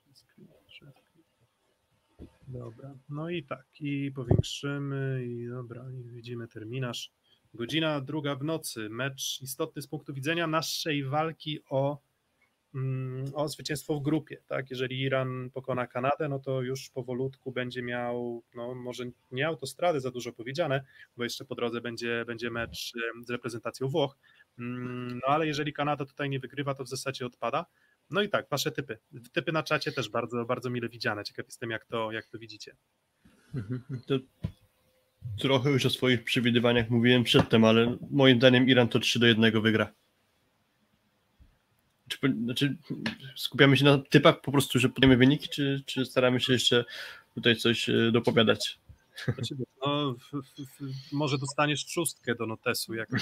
Dobra, no i tak, i powiększymy, i dobra, i widzimy terminarz. Godzina 2 w nocy, mecz istotny z punktu widzenia naszej walki o zwycięstwo w grupie, tak? Jeżeli Iran pokona Kanadę, no to już powolutku będzie miał, no może nie autostrady za dużo powiedziane, bo jeszcze po drodze będzie mecz z reprezentacją Włoch, no ale jeżeli Kanada tutaj nie wygrywa, to w zasadzie odpada. No i tak, wasze typy. Typy na czacie też bardzo, bardzo mile widziane. Ciekaw jestem, jak to widzicie. To trochę już o swoich przewidywaniach mówiłem przedtem, ale moim zdaniem Iran to 3-1 wygra. Znaczy, skupiamy się na typach po prostu, że podajemy wyniki, czy staramy się jeszcze tutaj coś dopowiadać? Znaczy, no, może dostaniesz 6 do notesu, jak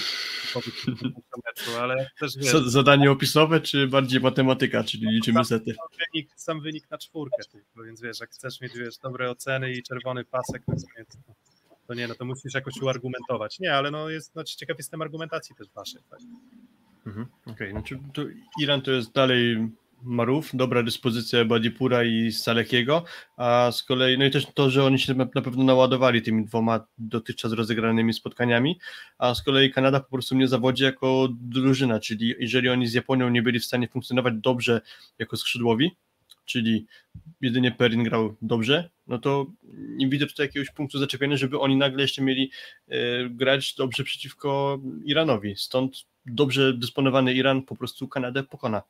meczu, ale też wiesz, Zadanie opisowe, czy bardziej matematyka, czyli liczymy sety? Sam wynik na 4 tylko, więc wiesz, jak chcesz mieć dobre oceny i czerwony pasek, to nie, no to musisz jakoś uargumentować. Nie, ale no ciekaw jestem argumentacji też waszej. Tak? Okej, znaczy to Iran to jest dalej Maruf, dobra dyspozycja Badipura i Salehiego, a z kolei, no i też to, że oni się na pewno naładowali tymi 2 dotychczas rozegranymi spotkaniami, a z kolei Kanada po prostu nie zawodzi jako drużyna, czyli jeżeli oni z Japonią nie byli w stanie funkcjonować dobrze jako skrzydłowi, czyli jedynie Perrin grał dobrze, no to nie widzę tutaj jakiegoś punktu zaczepienia, żeby oni nagle jeszcze mieli grać dobrze przeciwko Iranowi, stąd dobrze dysponowany Iran po prostu Kanadę pokona.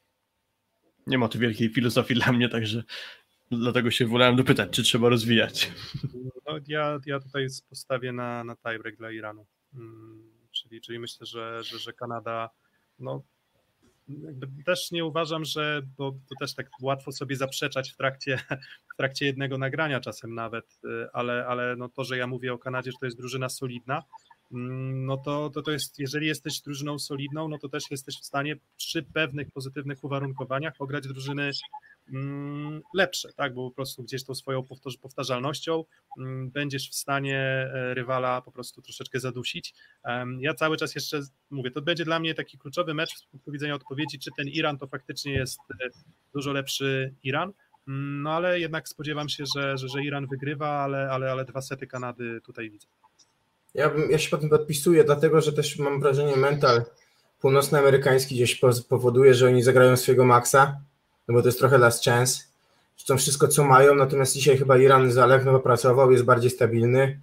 Nie ma tu wielkiej filozofii dla mnie, także dlatego się wolałem dopytać, czy trzeba rozwijać. No, ja tutaj postawię na tiebreak dla Iranu. Czyli myślę, że Kanada, no jakby też nie uważam, bo to też tak łatwo sobie zaprzeczać w trakcie jednego nagrania czasem nawet, ale no to, że ja mówię o Kanadzie, że to jest drużyna solidna, no to jest, jeżeli jesteś drużyną solidną, no to też jesteś w stanie przy pewnych pozytywnych uwarunkowaniach pograć drużyny lepsze, tak, bo po prostu gdzieś tą swoją powtarzalnością będziesz w stanie rywala po prostu troszeczkę zadusić. Ja cały czas jeszcze mówię, to będzie dla mnie taki kluczowy mecz z punktu widzenia odpowiedzi, czy ten Iran to faktycznie jest dużo lepszy Iran, no ale jednak spodziewam się, że Iran wygrywa, ale 2 sety Kanady tutaj widzę. Ja się potem podpisuję, dlatego że też mam wrażenie, mental północnoamerykański gdzieś powoduje, że oni zagrają swojego maksa, no bo to jest trochę last chance. Zresztą wszystko, co mają, natomiast dzisiaj chyba Iran zaległ, pracował, jest bardziej stabilny.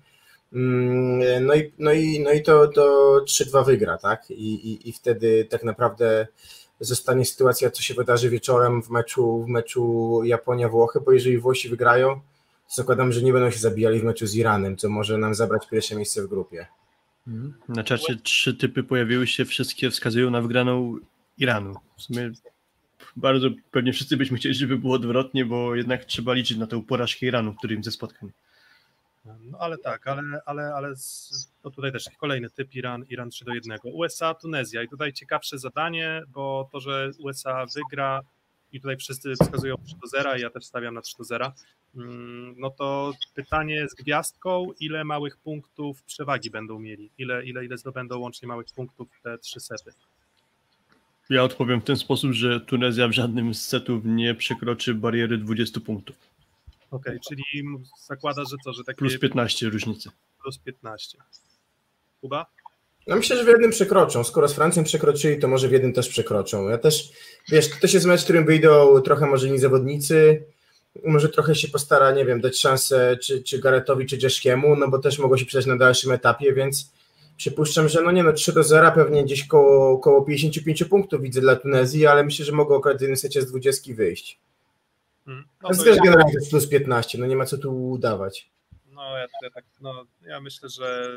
No i to 3-2 wygra, tak? I wtedy tak naprawdę zostanie sytuacja, co się wydarzy wieczorem w meczu Japonia-Włochy, bo jeżeli Włosi wygrają, zakładam, że nie będą się zabijali w meczu z Iranem, co może nam zabrać pierwsze miejsce w grupie. Na czacie 3 typy pojawiły się, wszystkie wskazują na wygraną Iranu. W sumie bardzo pewnie wszyscy byśmy chcieli, żeby było odwrotnie, bo jednak trzeba liczyć na tę porażkę Iranu w którymś ze spotkań. No ale tak, ale to tutaj też kolejny typ Iran 3-1. USA, Tunezja i tutaj ciekawsze zadanie, bo to, że USA wygra i tutaj wszyscy wskazują 3-0 i ja też stawiam na 3-0, no to pytanie z gwiazdką, ile małych punktów przewagi będą mieli, ile zdobędą łącznie małych punktów te 3 sety. Ja odpowiem w ten sposób, że Tunezja w żadnym z setów nie przekroczy bariery 20 punktów. Okej, czyli zakładasz, że co, że takie... Plus 15 różnicy. Plus 15. Kuba? No myślę, że w jednym przekroczą. Skoro z Francją przekroczyli, to może w jednym też przekroczą. Ja też, wiesz, to też jest mecz, w którym wyjdą trochę może inni zawodnicy, może trochę się postara, nie wiem, dać szansę czy Garettowi, czy Jeszkiemu, no bo też mogło się przydać na dalszym etapie, więc przypuszczam, że 3-0 pewnie gdzieś koło 55 punktów widzę dla Tunezji, ale myślę, że mogą akurat w jednym secie z 20 wyjść. No to jest generalnie plus 15, no nie ma co tu udawać. Ja myślę, że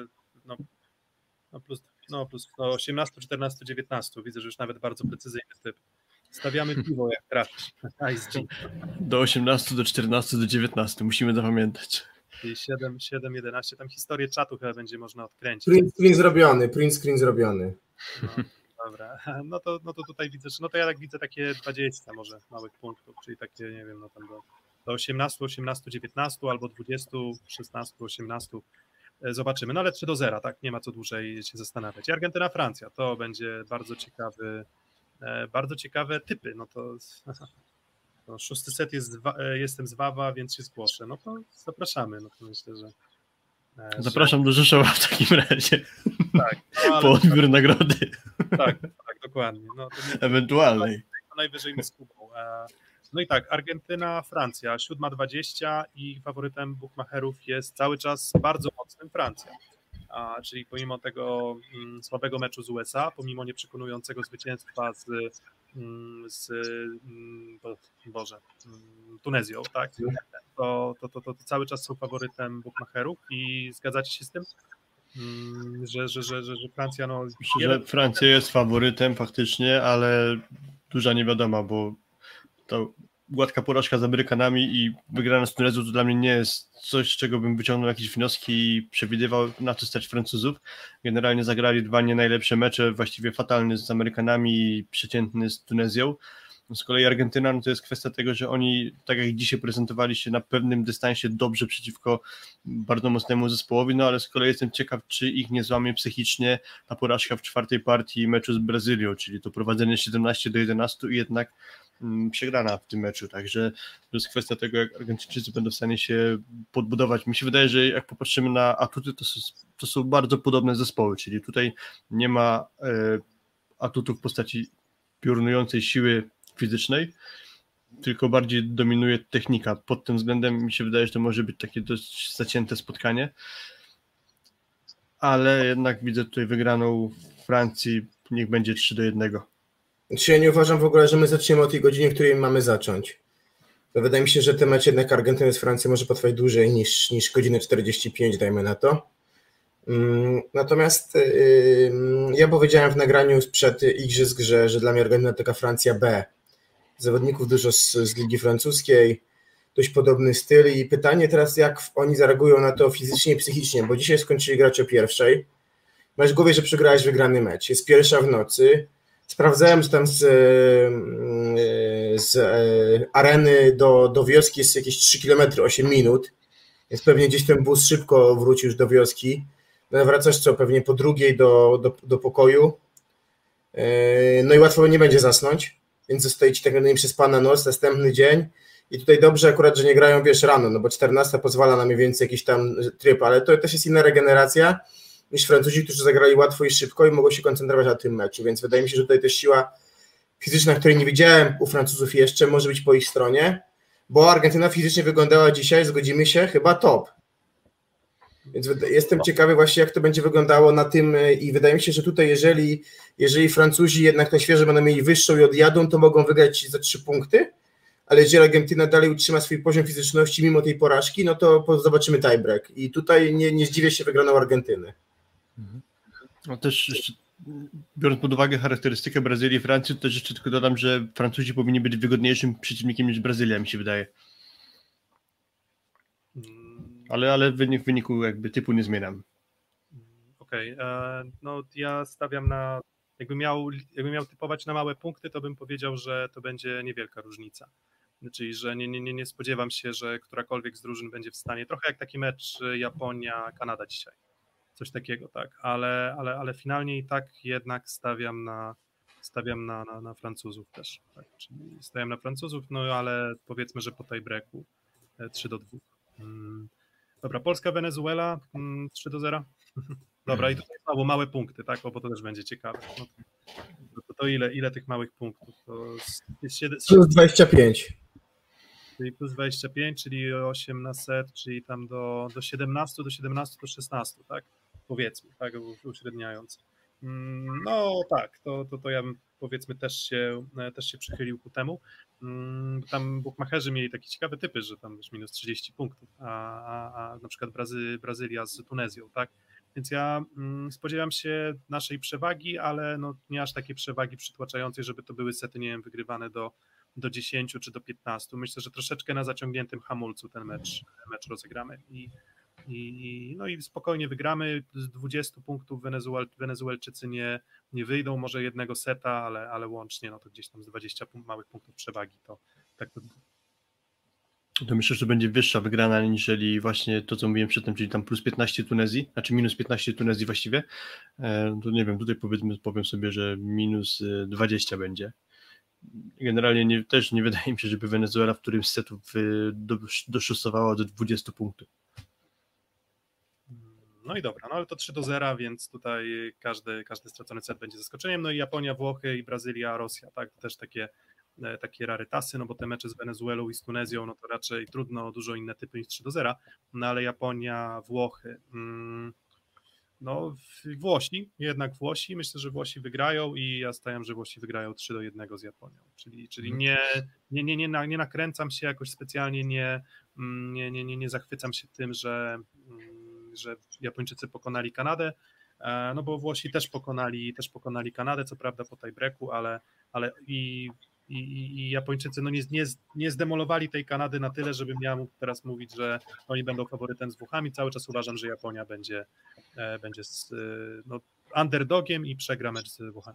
plus 18, 14, 19, widzę, że już nawet bardzo precyzyjny typ. Stawiamy piwo, jak trafisz. Ice G. Do 18, do 14, do 19. Musimy zapamiętać. I 7, 11. Tam historię czatu chyba będzie można odkręcić. Print screen zrobiony. No, dobra. No to tutaj widzę, no to ja tak widzę takie 20 może małych punktów, czyli takie, nie wiem, no tam do 18, 19 albo 20, 16, 18. Zobaczymy. No ale 3-0, tak? Nie ma co dłużej się zastanawiać. I Argentyna, Francja. To będzie bardzo ciekawe typy. No to 6. set jestem z Wawa, więc się zgłoszę. No to zapraszamy. No to myślę, że Zapraszam do Rzeszowa w takim razie. tak. No, Po odbiór nagrody. Tak, dokładnie. No, to Ewentualnej. to najwyżej my z Kubą. No i tak, Argentyna, Francja, 7:20 i faworytem bookmacherów jest cały czas bardzo mocnym Francja. Czyli pomimo tego słabego meczu z USA, pomimo nieprzekonującego zwycięstwa z Tunezją, tak? To cały czas są faworytem bookmacherów i zgadzacie się z tym? Że Francja, no... Myślę, że Francja jest faworytem faktycznie, ale duża niewiadoma, bo to gładka porażka z Amerykanami i wygrana z Tunezją to dla mnie nie jest coś, z czego bym wyciągnął jakieś wnioski i przewidywał, na co stać Francuzów. Generalnie zagrali 2 nie najlepsze mecze, właściwie fatalny z Amerykanami i przeciętny z Tunezją. Z kolei Argentyna, no to jest kwestia tego, że oni, tak jak dzisiaj prezentowali się na pewnym dystansie dobrze przeciwko bardzo mocnemu zespołowi, no ale z kolei jestem ciekaw, czy ich nie złamie psychicznie ta porażka w 4. partii meczu z Brazylią, czyli to prowadzenie 17-11 i jednak przegrana w tym meczu, także to jest kwestia tego, jak Argentyńczycy będą w stanie się podbudować. Mi się wydaje, że jak popatrzymy na atuty, to są bardzo podobne zespoły, czyli tutaj nie ma atutów w postaci piorunującej siły fizycznej, tylko bardziej dominuje technika. Pod tym względem mi się wydaje, że to może być takie dość zacięte spotkanie, ale jednak widzę tutaj wygraną Francji, niech będzie 3-1. Ja nie uważam w ogóle, że my zaczniemy o tej godzinie, w której mamy zacząć. To wydaje mi się, że ten mecz jednak Argentyny z Francją może potrwać dłużej niż godzinę 45, dajmy na to. Natomiast ja powiedziałem w nagraniu sprzed igrzysk, że dla mnie Argentyna to taka Francja B. Zawodników dużo z ligi francuskiej, dość podobny styl i pytanie teraz, jak oni zareagują na to fizycznie i psychicznie, bo dzisiaj skończyli grać o 1:00. Masz w głowie, że przegrałeś wygrany mecz. Jest 1:00 w nocy. Sprawdzałem, że tam z areny do wioski jest jakieś 3 km 8 minut, więc pewnie gdzieś ten bus szybko wrócił już do wioski. No wracasz pewnie po 2:00 do pokoju. No i łatwo nie będzie zasnąć, więc zostaje ci tak naprawdę przespana noc, następny dzień. I tutaj dobrze akurat, że nie grają rano, no bo 14 pozwala na mniej więcej jakiś tam tryb, ale to też jest inna regeneracja niż Francuzi, którzy zagrali łatwo i szybko i mogą się koncentrować na tym meczu, więc wydaje mi się, że tutaj też siła fizyczna, której nie widziałem u Francuzów jeszcze, może być po ich stronie, bo Argentyna fizycznie wyglądała dzisiaj, zgodzimy się, chyba top. Więc jestem ciekawy właśnie, jak to będzie wyglądało na tym i wydaje mi się, że tutaj jeżeli Francuzi jednak na świeże będą mieli wyższą i odjadą, to mogą wygrać za 3 punkty, ale jeżeli Argentyna dalej utrzyma swój poziom fizyczności mimo tej porażki, no to zobaczymy tiebreak i tutaj nie zdziwię się wygraną Argentyny. No też jeszcze, biorąc pod uwagę charakterystykę Brazylii i Francji, to też jeszcze tylko dodam, że Francuzi powinni być wygodniejszym przeciwnikiem niż Brazylia, mi się wydaje. Ale wyniku jakby typu nie zmieniam. Okej, no ja stawiam na, jakbym miał typować na małe punkty, to bym powiedział, że to będzie niewielka różnica. Czyli, że nie spodziewam się, że którakolwiek z drużyn będzie w stanie, trochę jak taki mecz Japonia-Kanada dzisiaj. Coś takiego, tak, ale finalnie i tak jednak stawiam na Francuzów też, tak, czyli stawiam na Francuzów, no ale powiedzmy, że po tiebreaku 3-2. Dobra, Polska-Wenezuela 3-0. Dobra, i tutaj znowu małe punkty, tak, bo to też będzie ciekawe. No to ile tych małych punktów? To jest Plus 25. Czyli plus 25, czyli 8 na set, czyli tam do 17, do 16, tak? Powiedzmy, tak, uśredniając. No tak, to ja bym powiedzmy też się przychylił ku temu. Tam bookmacherzy mieli takie ciekawe typy, że tam już minus 30 punktów, a na przykład Brazylia z Tunezją, tak? Więc ja spodziewam się naszej przewagi, ale no nie aż takiej przewagi przytłaczającej, żeby to były sety, nie wiem, wygrywane do 10 czy do 15. Myślę, że troszeczkę na zaciągniętym hamulcu ten mecz rozegramy no i spokojnie wygramy. Z 20 punktów Wenezuelczycy nie wyjdą, może jednego seta, ale łącznie no to gdzieś tam z 20 małych punktów przewagi, to tak to. To myślę, że będzie wyższa wygrana, aniżeli właśnie to, co mówiłem przedtem, czyli tam plus 15 Tunezji, znaczy minus 15 Tunezji właściwie. To nie wiem, tutaj powiem sobie, że minus 20 będzie. Generalnie też nie wydaje mi się, żeby Wenezuela w którymś z setów doszusowała do 20 punktów. No i dobra, no ale to 3-0, więc tutaj każdy stracony set będzie zaskoczeniem. No i Japonia, Włochy i Brazylia, Rosja, tak, to też takie rarytasy, no bo te mecze z Wenezuelą i z Tunezją, no to raczej trudno, dużo inne typy niż 3-0, no ale Japonia, Włochy, no Włosi, myślę, że Włosi wygrają i ja stawiam, że Włosi wygrają 3-1 z Japonią, czyli nie nakręcam się jakoś specjalnie, nie zachwycam się tym, że Japończycy pokonali Kanadę, no bo Włosi też pokonali Kanadę, co prawda po tiebreaku, ale i Japończycy no nie zdemolowali tej Kanady na tyle, żebym ja mógł teraz mówić, że oni będą faworytem z Włochami. Cały czas uważam, że Japonia będzie underdogiem i przegra mecz z Włochami.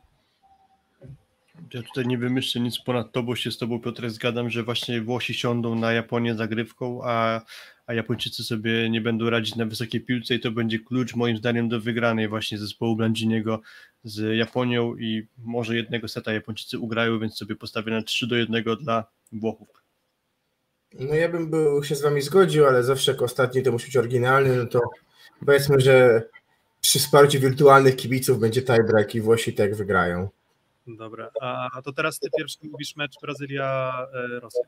Ja tutaj nie wymyślę nic ponad to, bo się z tobą, Piotrek, zgadzam, że właśnie Włosi siądą na Japonię zagrywką, a Japończycy sobie nie będą radzić na wysokiej piłce i to będzie klucz moim zdaniem do wygranej właśnie zespołu Blandiniego z Japonią i może jednego seta Japończycy ugrają, więc sobie postawię na 3-1 dla Włochów. No ja bym się z wami zgodził, ale zawsze jak ostatni to musi być oryginalny, no to powiedzmy, że przy wsparciu wirtualnych kibiców będzie tiebreak i Włosi tak wygrają. Dobra, a to teraz ty pierwszy mówisz mecz Brazylia-Rosja.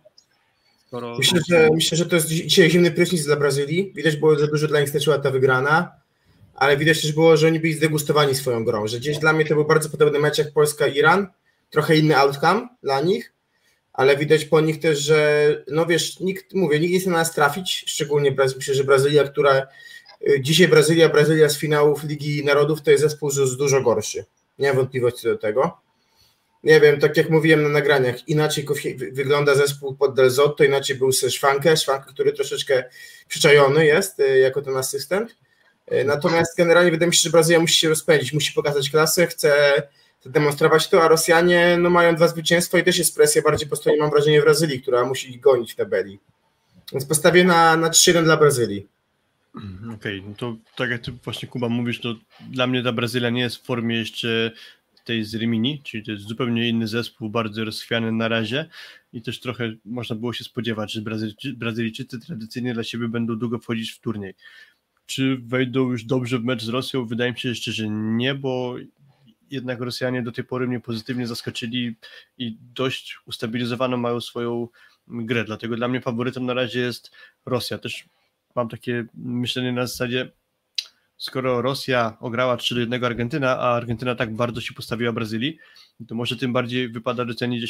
Myślę, że to jest dzisiaj zimny prysznic dla Brazylii. Widać było, że dużo dla nich znaczyła ta wygrana, ale widać też było, że oni byli zdegustowani swoją grą, że gdzieś dla mnie to był bardzo podobny mecz jak Polska-Iran, trochę inny outcome dla nich, ale widać po nich też, że no wiesz, nikt nie chce na nas trafić, szczególnie myślę, że Brazylia, która dzisiaj Brazylia z finałów Ligi Narodów to jest zespół dużo gorszy. Nie mam wątpliwości co do tego. Nie wiem, tak jak mówiłem na nagraniach, inaczej wygląda zespół pod Del Zotto, inaczej był Szwankę, który troszeczkę przyczajony jest jako ten asystent. Natomiast generalnie wydaje mi się, że Brazylia musi się rozpędzić, musi pokazać klasę, chce demonstrować to, a Rosjanie no, mają 2 zwycięstwa i też jest presja bardziej po stronie, mam wrażenie, Brazylii, która musi ich gonić w tabeli. Więc postawię na 3-1 dla Brazylii. Okej, no to tak jak ty właśnie, Kuba, mówisz, to dla mnie ta Brazylia nie jest w formie jeszcze tej z Rimini, czyli to jest zupełnie inny zespół, bardzo rozchwiany na razie i też trochę można było się spodziewać, że Brazylijczycy tradycyjnie dla siebie będą długo wchodzić w turniej. Czy wejdą już dobrze w mecz z Rosją? Wydaje mi się jeszcze, że nie, bo jednak Rosjanie do tej pory mnie pozytywnie zaskoczyli i dość ustabilizowaną mają swoją grę, dlatego dla mnie faworytem na razie jest Rosja. Też mam takie myślenie na zasadzie, skoro Rosja ograła 3-1 Argentyna, a Argentyna tak bardzo się postawiła Brazylii, to może tym bardziej wypada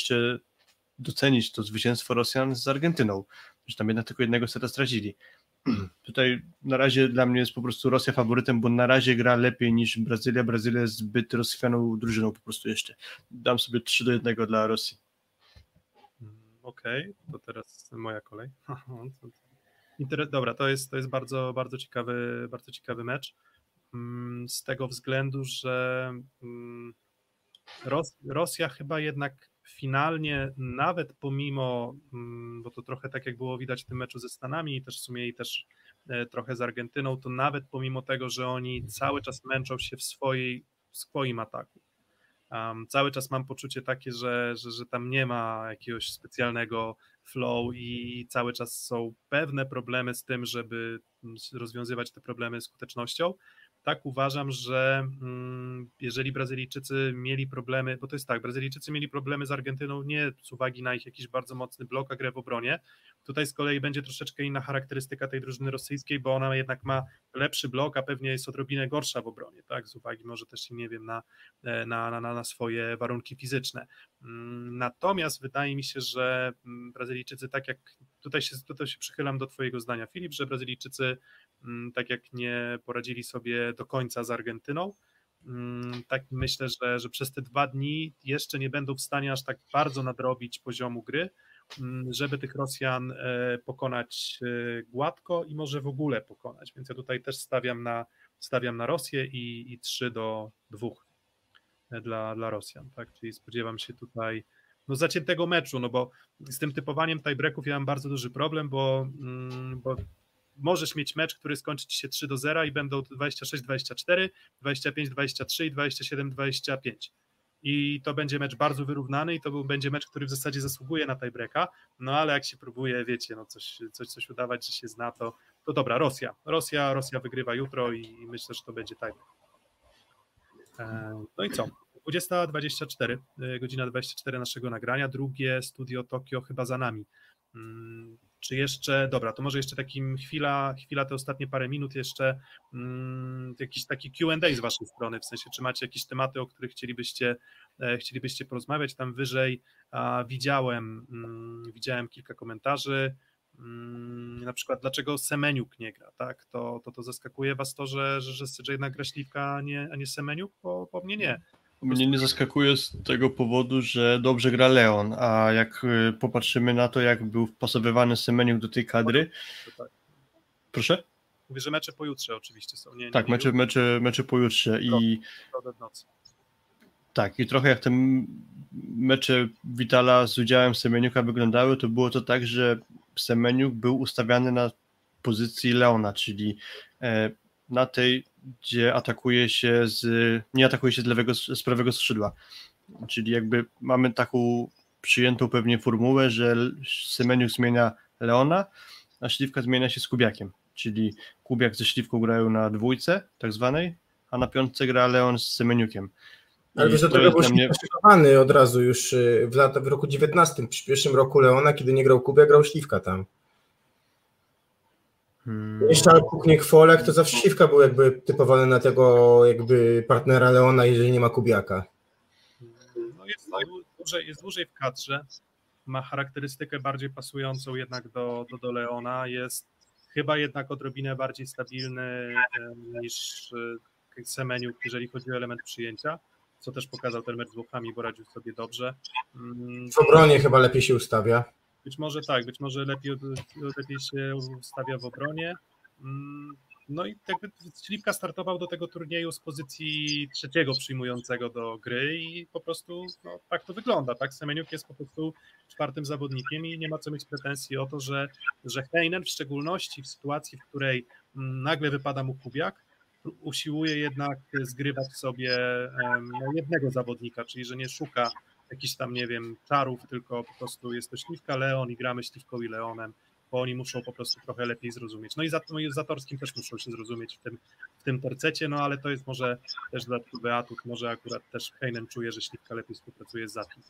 docenić to zwycięstwo Rosjan z Argentyną, że tam jednak tylko jednego seta stracili. Tutaj na razie dla mnie jest po prostu Rosja faworytem, bo na razie gra lepiej niż Brazylia. Brazylia jest zbyt rozchwianą drużyną po prostu jeszcze. Dam sobie 3-1 dla Rosji. Okej, to teraz moja kolej. Dobra, to jest bardzo, bardzo ciekawy mecz. Z tego względu, że Rosja chyba jednak finalnie, nawet pomimo, bo to trochę tak jak było widać w tym meczu ze Stanami i też w sumie trochę z Argentyną, to nawet pomimo tego, że oni cały czas męczą się w swoim ataku. Cały czas mam poczucie takie, że tam nie ma jakiegoś specjalnego flow i cały czas są pewne problemy z tym, żeby rozwiązywać te problemy skutecznością. Tak uważam, że jeżeli Brazylijczycy mieli problemy, bo to jest tak, Brazylijczycy mieli problemy z Argentyną nie z uwagi na ich jakiś bardzo mocny blok, a grę w obronie, Tutaj z kolei będzie troszeczkę inna charakterystyka tej drużyny rosyjskiej, bo ona jednak ma lepszy blok, a pewnie jest odrobinę gorsza w obronie, tak, z uwagi może też, nie wiem, na swoje warunki fizyczne. Natomiast wydaje mi się, że Brazylijczycy, tak jak tutaj się przychylam do twojego zdania, Filip, że Brazylijczycy tak jak nie poradzili sobie do końca z Argentyną, tak myślę, że przez te 2 dni jeszcze nie będą w stanie aż tak bardzo nadrobić poziomu gry, żeby tych Rosjan pokonać gładko i może w ogóle pokonać, więc ja tutaj też stawiam na Rosję i 3-2 dla Rosjan, tak, czyli spodziewam się tutaj zaciętego meczu, no bo z tym typowaniem tiebreaków ja mam bardzo duży problem, bo możesz mieć mecz, który skończy ci się 3-0 i będą 26-24, 25-23 i 27-25. I to będzie mecz bardzo wyrównany i to będzie mecz, który w zasadzie zasługuje na tiebreaka, no ale jak się próbuje, wiecie, no coś udawać, że się zna, to dobra, Rosja wygrywa jutro i myślę, że to będzie tiebreak. No i co? 20:24, godzina 24 naszego nagrania, drugie Studio Tokio chyba za nami. Czy jeszcze, dobra, to może jeszcze takim chwila, te ostatnie parę minut jeszcze jakiś taki Q&A z waszej strony, w sensie czy macie jakieś tematy, o których chcielibyście porozmawiać, tam wyżej widziałem kilka komentarzy, na przykład dlaczego Semeniuk nie gra, tak, to zaskakuje was to, że jednak gra Śliwka, a nie Semeniuk, po mnie nie. Mnie nie zaskakuje z tego powodu, że dobrze gra Leon, a jak popatrzymy na to, jak był wpasowywany Semeniuk do tej kadry... Tak. Proszę? Mówię, że mecze pojutrze oczywiście są. Tak, mecze pojutrze i... w nocy. Tak, i trochę jak te mecze Vitala z udziałem Semeniuka wyglądały, to było to tak, że Semeniuk był ustawiany na pozycji Leona, czyli na tej, gdzie nie atakuje się z prawego skrzydła. Czyli jakby mamy taką przyjętą pewnie formułę, że Semeniuk zmienia Leona, a Śliwka zmienia się z Kubiakiem. Czyli Kubiak ze Śliwką grają na dwójce tak zwanej, a na piątce gra Leon z Semeniukiem. Ale wiesz, do tego był szykowany od razu już w roku 19, przy pierwszym roku Leona, kiedy nie grał Kubiak, grał Śliwka tam. Jeszcze Pukniek Folek, to zawsze Śliwka był jakby typowany na tego jakby partnera Leona, jeżeli nie ma Kubiaka. No jest dłużej w kadrze, ma charakterystykę bardziej pasującą jednak do Leona, jest chyba jednak odrobinę bardziej stabilny niż Semeniuk, jeżeli chodzi o element przyjęcia, co też pokazał ten mecz z Włochami, bo radził sobie dobrze. W obronie chyba lepiej się ustawia. Być może tak, być może lepiej się ustawia w obronie. No i jakby Śliwka startował do tego turnieju z pozycji 3. przyjmującego do gry i po prostu tak to wygląda, tak? Semeniuk jest po prostu 4. zawodnikiem i nie ma co mieć pretensji o to, że Heinen w szczególności w sytuacji, w której nagle wypada mu Kubiak, usiłuje jednak zgrywać sobie jednego zawodnika, czyli że nie szuka jakichś tam, nie wiem, czarów, tylko po prostu jest to Śliwka, Leon i gramy Śliwką i Leonem, bo oni muszą po prostu trochę lepiej zrozumieć. No i z Zatorskim też muszą się zrozumieć w tym tercecie, no ale to jest może też dodatkowy atut, może akurat też Heinen czuje, że Śliwka lepiej współpracuje z Zatim.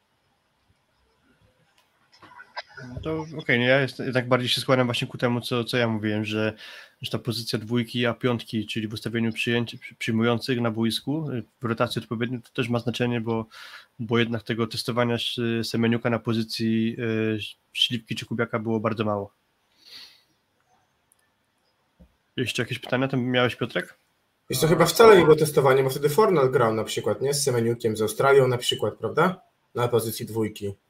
To okej, ja jednak bardziej się składam właśnie ku temu, co ja mówiłem, że ta pozycja 2 a 5, czyli w ustawieniu przyjmujących na boisku, w rotacji odpowiednio, to też ma znaczenie, bo jednak tego testowania Semeniuka na pozycji Śliwki czy Kubiaka było bardzo mało. Jeszcze jakieś pytania tam miałeś, Piotrek? Jest to chyba wcale jego testowanie, bo wtedy Fornal grał na przykład, nie? Z Semeniukiem, z Australią na przykład, prawda? Na pozycji 2.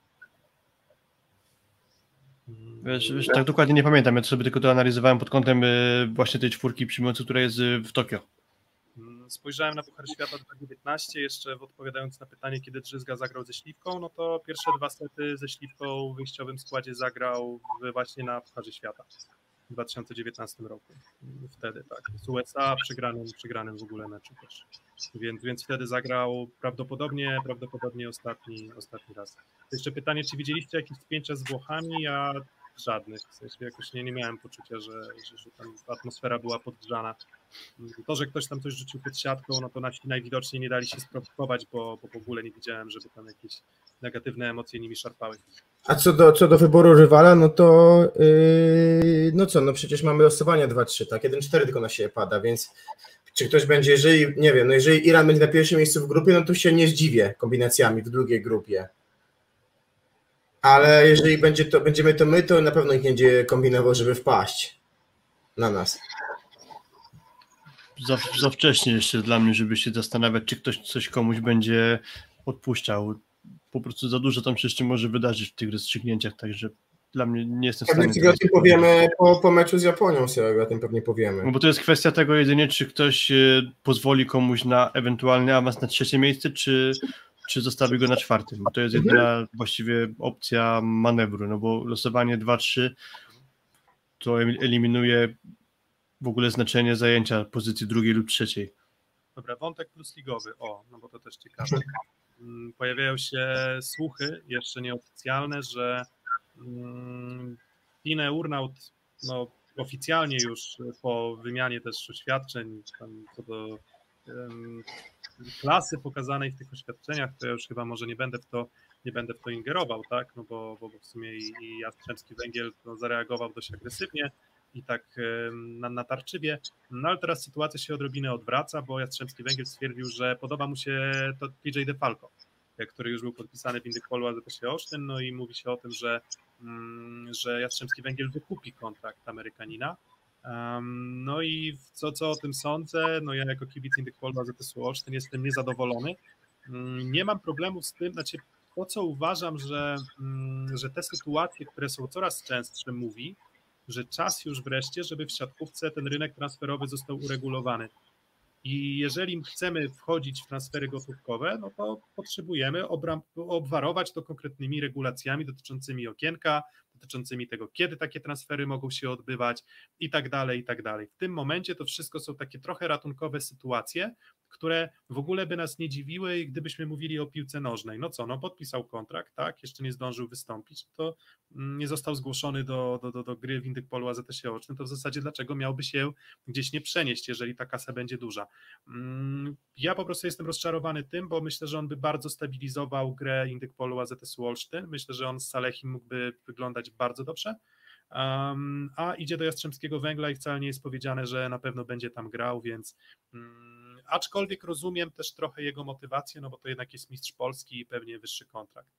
Wiesz, tak dokładnie nie pamiętam, ja to sobie tylko to analizowałem pod kątem właśnie tej 4 przyjmującej, która jest w Tokio. Spojrzałem na Puchar Świata 2019, jeszcze odpowiadając na pytanie, kiedy Drzyzga zagrał ze Śliwką, no to pierwsze 2 sety ze Śliwką w wyjściowym składzie zagrał właśnie na Pucharze Świata w 2019 roku. Wtedy tak, z USA przegranym w ogóle meczu też. Więc wtedy zagrał prawdopodobnie ostatni raz. Jeszcze pytanie, czy widzieliście jakieś spięcia z Włochami? Ja żadnych. W sensie jakoś nie miałem poczucia, że tam atmosfera była podgrzana. To, że ktoś tam coś rzucił pod siatką, no to nasi najwidoczniej nie dali się sprowokować, bo w ogóle nie widziałem, żeby tam jakieś negatywne emocje nimi szarpały. A co do wyboru rywala, no to no co, no przecież mamy losowania 2-3, tak? 1-4 tylko na siebie pada, więc czy ktoś będzie, jeżeli, nie wiem, no jeżeli Iran będzie na pierwszym miejscu w grupie, no to się nie zdziwię kombinacjami w drugiej grupie. Ale jeżeli będziemy to my, to na pewno nikt nie będzie kombinował, żeby wpaść na nas. Za wcześnie jeszcze dla mnie, żeby się zastanawiać, czy ktoś coś komuś będzie odpuszczał. Po prostu za dużo tam się jeszcze może wydarzyć w tych rozstrzygnięciach, także dla mnie nie jestem w stanie... Pewnie sobie o tym powiemy po meczu z Japonią, sobie o tym pewnie powiemy. No bo to jest kwestia tego jedynie, czy ktoś pozwoli komuś na ewentualny awans na 3. miejsce, czy zostawi go na 4. Bo to jest jedyna właściwie opcja manewru, no bo losowanie 2-3 to eliminuje w ogóle znaczenie zajęcia pozycji 2. lub 3. Dobra, wątek plusligowy, no bo to też ciekawe. Pojawiają się słuchy, jeszcze nieoficjalne, że Tine Urnaut, no oficjalnie już po wymianie też oświadczeń tam co do klasy pokazanej w tych oświadczeniach, to ja już chyba może nie będę w to ingerował, tak, no bo w sumie i Jastrzębski Węgiel zareagował dość agresywnie i tak natarczywie, no ale teraz sytuacja się odrobinę odwraca, bo Jastrzębski Węgiel stwierdził, że podoba mu się to TJ DeFalco, który już był podpisany w Indykpolu AZS Olsztyn, no i mówi się o tym, że Jastrzębski Węgiel wykupi kontrakt Amerykanina. No i co o tym sądzę? No ja jako kibic Indykpolu AZS Olsztyn jestem niezadowolony. Nie mam problemu z tym, znaczy to co uważam, że te sytuacje, które są coraz częstsze, mówi, że czas już wreszcie, żeby w siatkówce ten rynek transferowy został uregulowany. I jeżeli chcemy wchodzić w transfery gotówkowe, no to potrzebujemy obwarować to konkretnymi regulacjami dotyczącymi okienka, dotyczącymi tego, kiedy takie transfery mogą się odbywać i tak dalej, i tak dalej. W tym momencie to wszystko są takie trochę ratunkowe sytuacje, które w ogóle by nas nie dziwiły, gdybyśmy mówili o piłce nożnej. No co, no podpisał kontrakt, tak, jeszcze nie zdążył wystąpić, to nie został zgłoszony do gry w Indykpolu AZS Olsztyn, to w zasadzie dlaczego miałby się gdzieś nie przenieść, jeżeli ta kasa będzie duża. Ja po prostu jestem rozczarowany tym, bo myślę, że on by bardzo stabilizował grę Indykpolu AZS Olsztyn. Myślę, że on z Salehim mógłby wyglądać bardzo dobrze, a idzie do Jastrzębskiego Węgla i wcale nie jest powiedziane, że na pewno będzie tam grał, więc aczkolwiek rozumiem też trochę jego motywację, no bo to jednak jest mistrz Polski i pewnie wyższy kontrakt.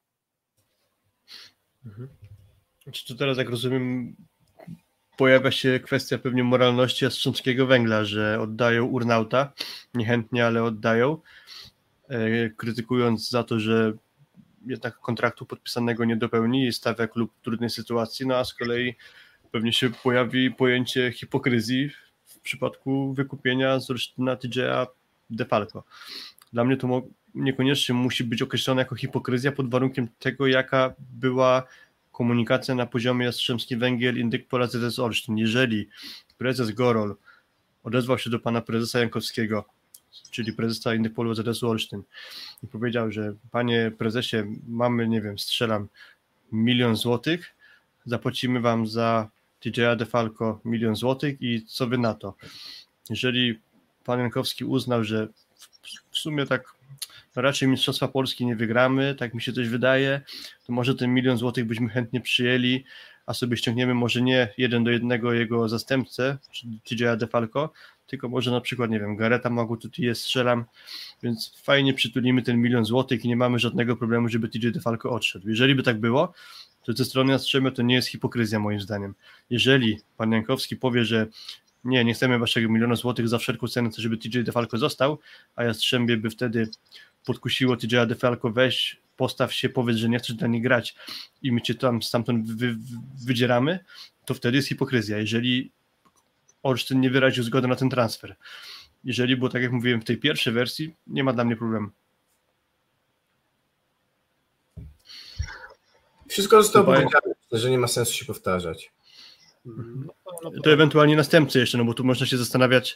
Czy to teraz, jak rozumiem, pojawia się kwestia pewnie moralności Jastrzębskiego Węgla, że oddają Urnauta, niechętnie, ale oddają, krytykując za to, że jednak kontraktu podpisanego nie dopełni i stawia klub w trudnej sytuacji, no a z kolei pewnie się pojawi pojęcie hipokryzji w przypadku wykupienia z Olsztyna TJ'a DeFalco. Dla mnie to niekoniecznie musi być określone jako hipokryzja pod warunkiem tego, jaka była komunikacja na poziomie Jastrzębski Węgiel, Indykpol AZS Olsztyn. Jeżeli prezes Gorol odezwał się do pana prezesa Jankowskiego, czyli prezesa Indykpolu AZS Olsztyn i powiedział, że panie prezesie, mamy, nie wiem, strzelam 1 000 000 złotych, zapłacimy wam za TJ'a DeFalco 1 000 000 złotych i co wy na to? Jeżeli pan Jankowski uznał, że w sumie tak raczej Mistrzostwa Polski nie wygramy, tak mi się coś wydaje, to może ten 1 000 000 złotych byśmy chętnie przyjęli, a sobie ściągniemy może nie 1 do 1 jego zastępcę, czyli TJ'a DeFalco, tylko może na przykład, nie wiem, Gareta Magututie strzelam, więc fajnie przytulimy ten 1 000 000 złotych i nie mamy żadnego problemu, żeby TJ DeFalco odszedł. Jeżeli by tak było, to ze strony Jastrzębia to nie jest hipokryzja moim zdaniem. Jeżeli pan Jankowski powie, że nie chcemy waszego 1 000 000 złotych za wszelką cenę, żeby TJ DeFalco został, a Jastrzębie by wtedy podkusiło TJ'a DeFalco, weź, postaw się, powiedz, że nie chcesz dla nich grać i my cię tam stamtąd wydzieramy, to wtedy jest hipokryzja. Jeżeli Olsztyn nie wyraził zgody na ten transfer. Jeżeli było, tak jak mówiłem, w tej pierwszej wersji, nie ma dla mnie problemu. Wszystko zostało powiedziane, że nie ma sensu się powtarzać. To ewentualnie następcy jeszcze, no bo tu można się zastanawiać,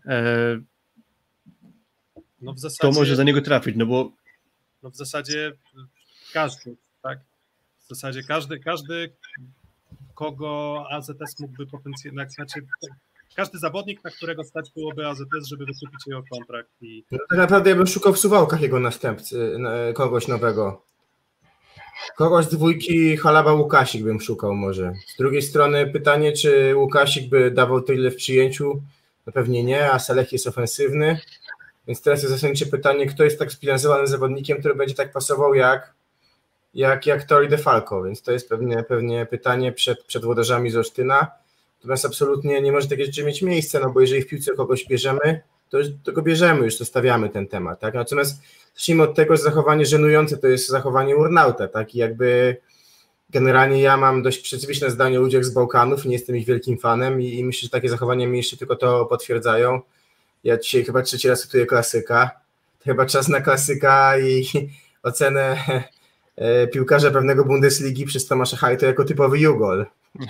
no w zasadzie, kto może za niego trafić, no bo... No w zasadzie każdy, tak? W zasadzie każdy kogo AZS mógłby potencjalnie, znaczy każdy zawodnik, na którego stać byłoby AZS, żeby wykupić jego kontrakt. I... No tak naprawdę ja bym szukał w Suwałkach jego następcy, kogoś nowego. Kogoś z dwójki Halaba Łukasik bym szukał może. Z drugiej strony pytanie, czy Łukasik by dawał tyle w przyjęciu? No pewnie nie, a Saleh jest ofensywny. Więc teraz jest zasadnicze pytanie, kto jest tak zbilansowanym zawodnikiem, który będzie tak pasował jak Tori DeFalco, więc to jest pewnie pytanie przed włodarzami z Olsztyna. Natomiast absolutnie nie może takie rzeczy mieć miejsca, no bo jeżeli w piłce kogoś bierzemy, to go bierzemy, już zostawiamy ten temat, tak? Natomiast zacznijmy od tego, że zachowanie żenujące to jest zachowanie Urnauta, tak? I jakby generalnie ja mam dość specyficzne zdanie o ludziach z Bałkanów, nie jestem ich wielkim fanem i myślę, że takie zachowania mi jeszcze tylko to potwierdzają. Ja dzisiaj chyba 3. raz cytuję klasyka. To chyba czas na klasyka i ocenę piłkarza pewnego Bundesligi przez Tomasza Hajto jako typowy Jugol.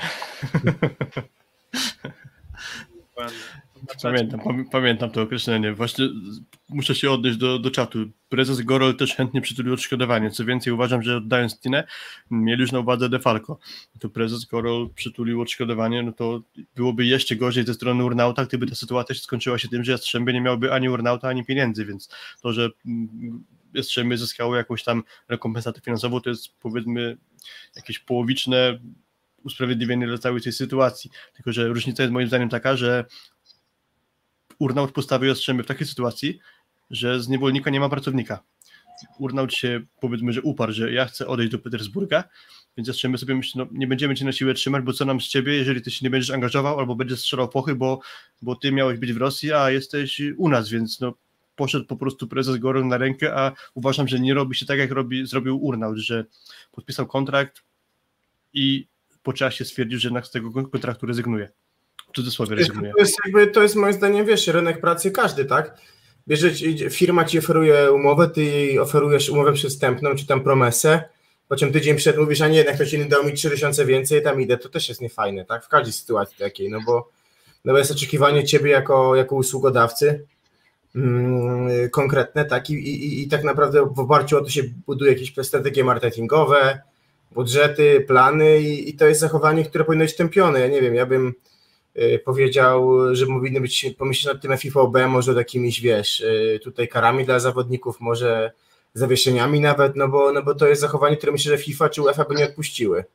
Pamiętam to określenie. Właśnie muszę się odnieść do czatu. Prezes Gorol też chętnie przytulił odszkodowanie. Co więcej, uważam, że oddając Tinę, mieli już na uwadze DeFalco. To prezes Gorol przytulił odszkodowanie, no to byłoby jeszcze gorzej ze strony Urnauta, gdyby ta sytuacja się skończyła się tym, że Jastrzębie nie miałby ani Urnauta, ani pieniędzy, więc to, że Jastrzębie zyskało jakąś tam rekompensatę finansową, to jest powiedzmy jakieś połowiczne usprawiedliwienie dla całej tej sytuacji. Tylko że różnica jest moim zdaniem taka, że Urnaut postawił Jastrzębie w takiej sytuacji, że z niewolnika nie ma pracownika. Urnaut się, powiedzmy, że uparł, że ja chcę odejść do Petersburga, więc Jastrzębie sobie myśli, no nie będziemy cię na siłę trzymać, bo co nam z ciebie, jeżeli ty się nie będziesz angażował albo będziesz strzelał pochy, bo ty miałeś być w Rosji, a jesteś u nas, więc no poszedł po prostu prezes Gorol na rękę, a uważam, że nie robi się tak, jak zrobił Urnaut, że podpisał kontrakt i po czasie stwierdził, że jednak z tego kontraktu rezygnuje. W cudzysłowie rezygnuje. To jest moim zdaniem, wiesz, rynek pracy każdy, tak? Firma ci oferuje umowę, ty jej oferujesz umowę przystępną, czy tam promesę, po czym tydzień przed mówisz, a nie, jednak ktoś inny dał mi 3000 więcej, tam idę, to też jest niefajne, tak? W każdej sytuacji takiej, no bo jest oczekiwanie ciebie jako usługodawcy konkretne, tak? I tak naprawdę w oparciu o to się buduje jakieś strategie marketingowe, budżety, plany i to jest zachowanie, które powinno być tępione. Ja nie wiem, ja bym powiedział, że powinny być, pomyśleć nad tym FIVB, może takimiś, wiesz, tutaj karami dla zawodników, może zawieszeniami nawet, no bo to jest zachowanie, które myślę, że FIFA czy UEFA by nie odpuściły.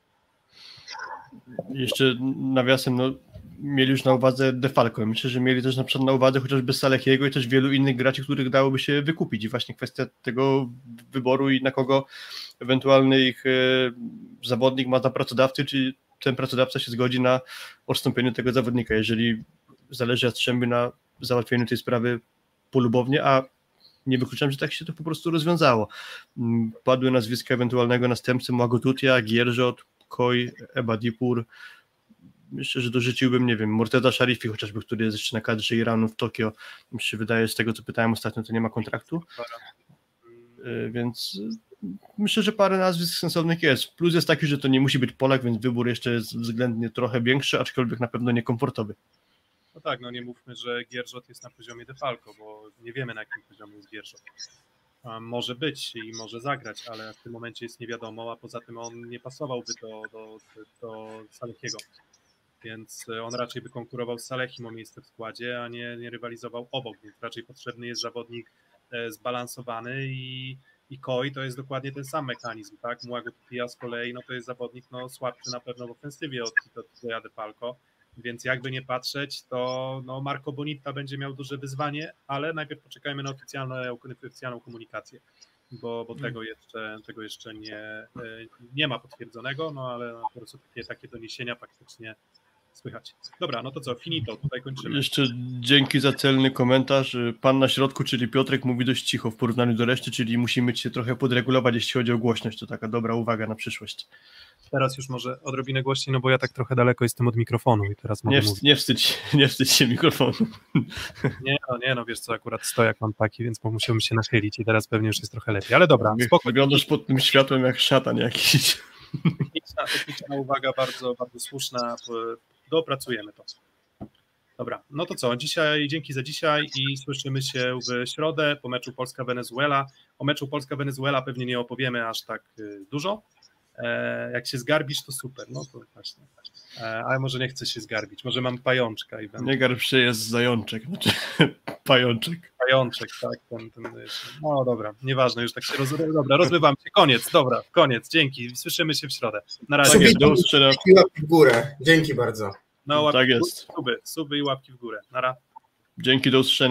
Jeszcze nawiasem, no mieli już na uwadze DeFalco. Myślę, że mieli też na przykład na uwadze chociażby Salehiego i też wielu innych graczy, których dałoby się wykupić. I właśnie kwestia tego wyboru i na kogo ewentualny ich zawodnik ma za pracodawcy, czy ten pracodawca się zgodzi na odstąpienie tego zawodnika. Jeżeli zależy Jastrzębiu na załatwieniu tej sprawy polubownie, a nie wykluczam, że tak się to po prostu rozwiązało. Padły nazwiska ewentualnego następcy Młagotutia, Gierżot, Koi, Ebadipur. Myślę, że dorzuciłbym, nie wiem, Morteza Sharifi chociażby, który jest jeszcze na kadrze Iranu w Tokio. Mi się wydaje, z tego co pytałem ostatnio, to nie ma kontraktu. Więc myślę, że parę nazwisk sensownych jest. Plus jest taki, że to nie musi być Polak, więc wybór jeszcze jest względnie trochę większy, aczkolwiek na pewno niekomfortowy. No tak, no nie mówmy, że Gierżot jest na poziomie DeFalco, bo nie wiemy, na jakim poziomie jest Gierżot. Może być i może zagrać, ale w tym momencie jest nie wiadomo, a poza tym on nie pasowałby do Salehiego. Więc on raczej by konkurował z Salehim o miejsce w składzie, a nie rywalizował obok, więc raczej potrzebny jest zawodnik zbalansowany i Koi to jest dokładnie ten sam mechanizm, tak? Młagotutia z kolei, no to jest zawodnik słabszy na pewno w ofensywie od DeFalco, więc jakby nie patrzeć, to Marco Bonitta będzie miał duże wyzwanie, ale najpierw poczekajmy na oficjalną komunikację, bo tego jeszcze nie ma potwierdzonego, ale po prostu takie doniesienia faktycznie słychać. Dobra, no to co, finito, tutaj kończymy. Jeszcze dzięki za celny komentarz. Pan na środku, czyli Piotrek, mówi dość cicho w porównaniu do reszty, czyli musimy się trochę podregulować, jeśli chodzi o głośność. To taka dobra uwaga na przyszłość. Teraz już może odrobinę głośniej, no bo ja tak trochę daleko jestem od mikrofonu i teraz mogę mówić. Nie wstydź się mikrofonu. Nie, wiesz co, akurat stojak mam taki, więc musiałbym się nachylić i teraz pewnie już jest trochę lepiej, ale dobra, spokojnie. Wyglądasz pod tym światłem jak szatan jakiś. Techniczna uwaga, bardzo, bardzo słuszna, dopracujemy to. Dobra, no to co, dzięki za dzisiaj i słyszymy się w środę po meczu Polska-Wenezuela. O meczu Polska-Wenezuela pewnie nie opowiemy aż tak dużo, Jak się zgarbisz, to super, no to właśnie. Ale może nie chcę się zgarbić, może mam pajączka i będę... Nie garb się, jest zajączek, znaczy pajączek. Pajączek, tak, no dobra, nieważne, już tak się dobra, rozmywam się, koniec, dzięki, słyszymy się w środę, na razie. Tak jest, do usłyszenia. Łapki w górę, dzięki bardzo. No, Tak jest. suby i łapki w górę, nara. Dzięki, do usłyszenia.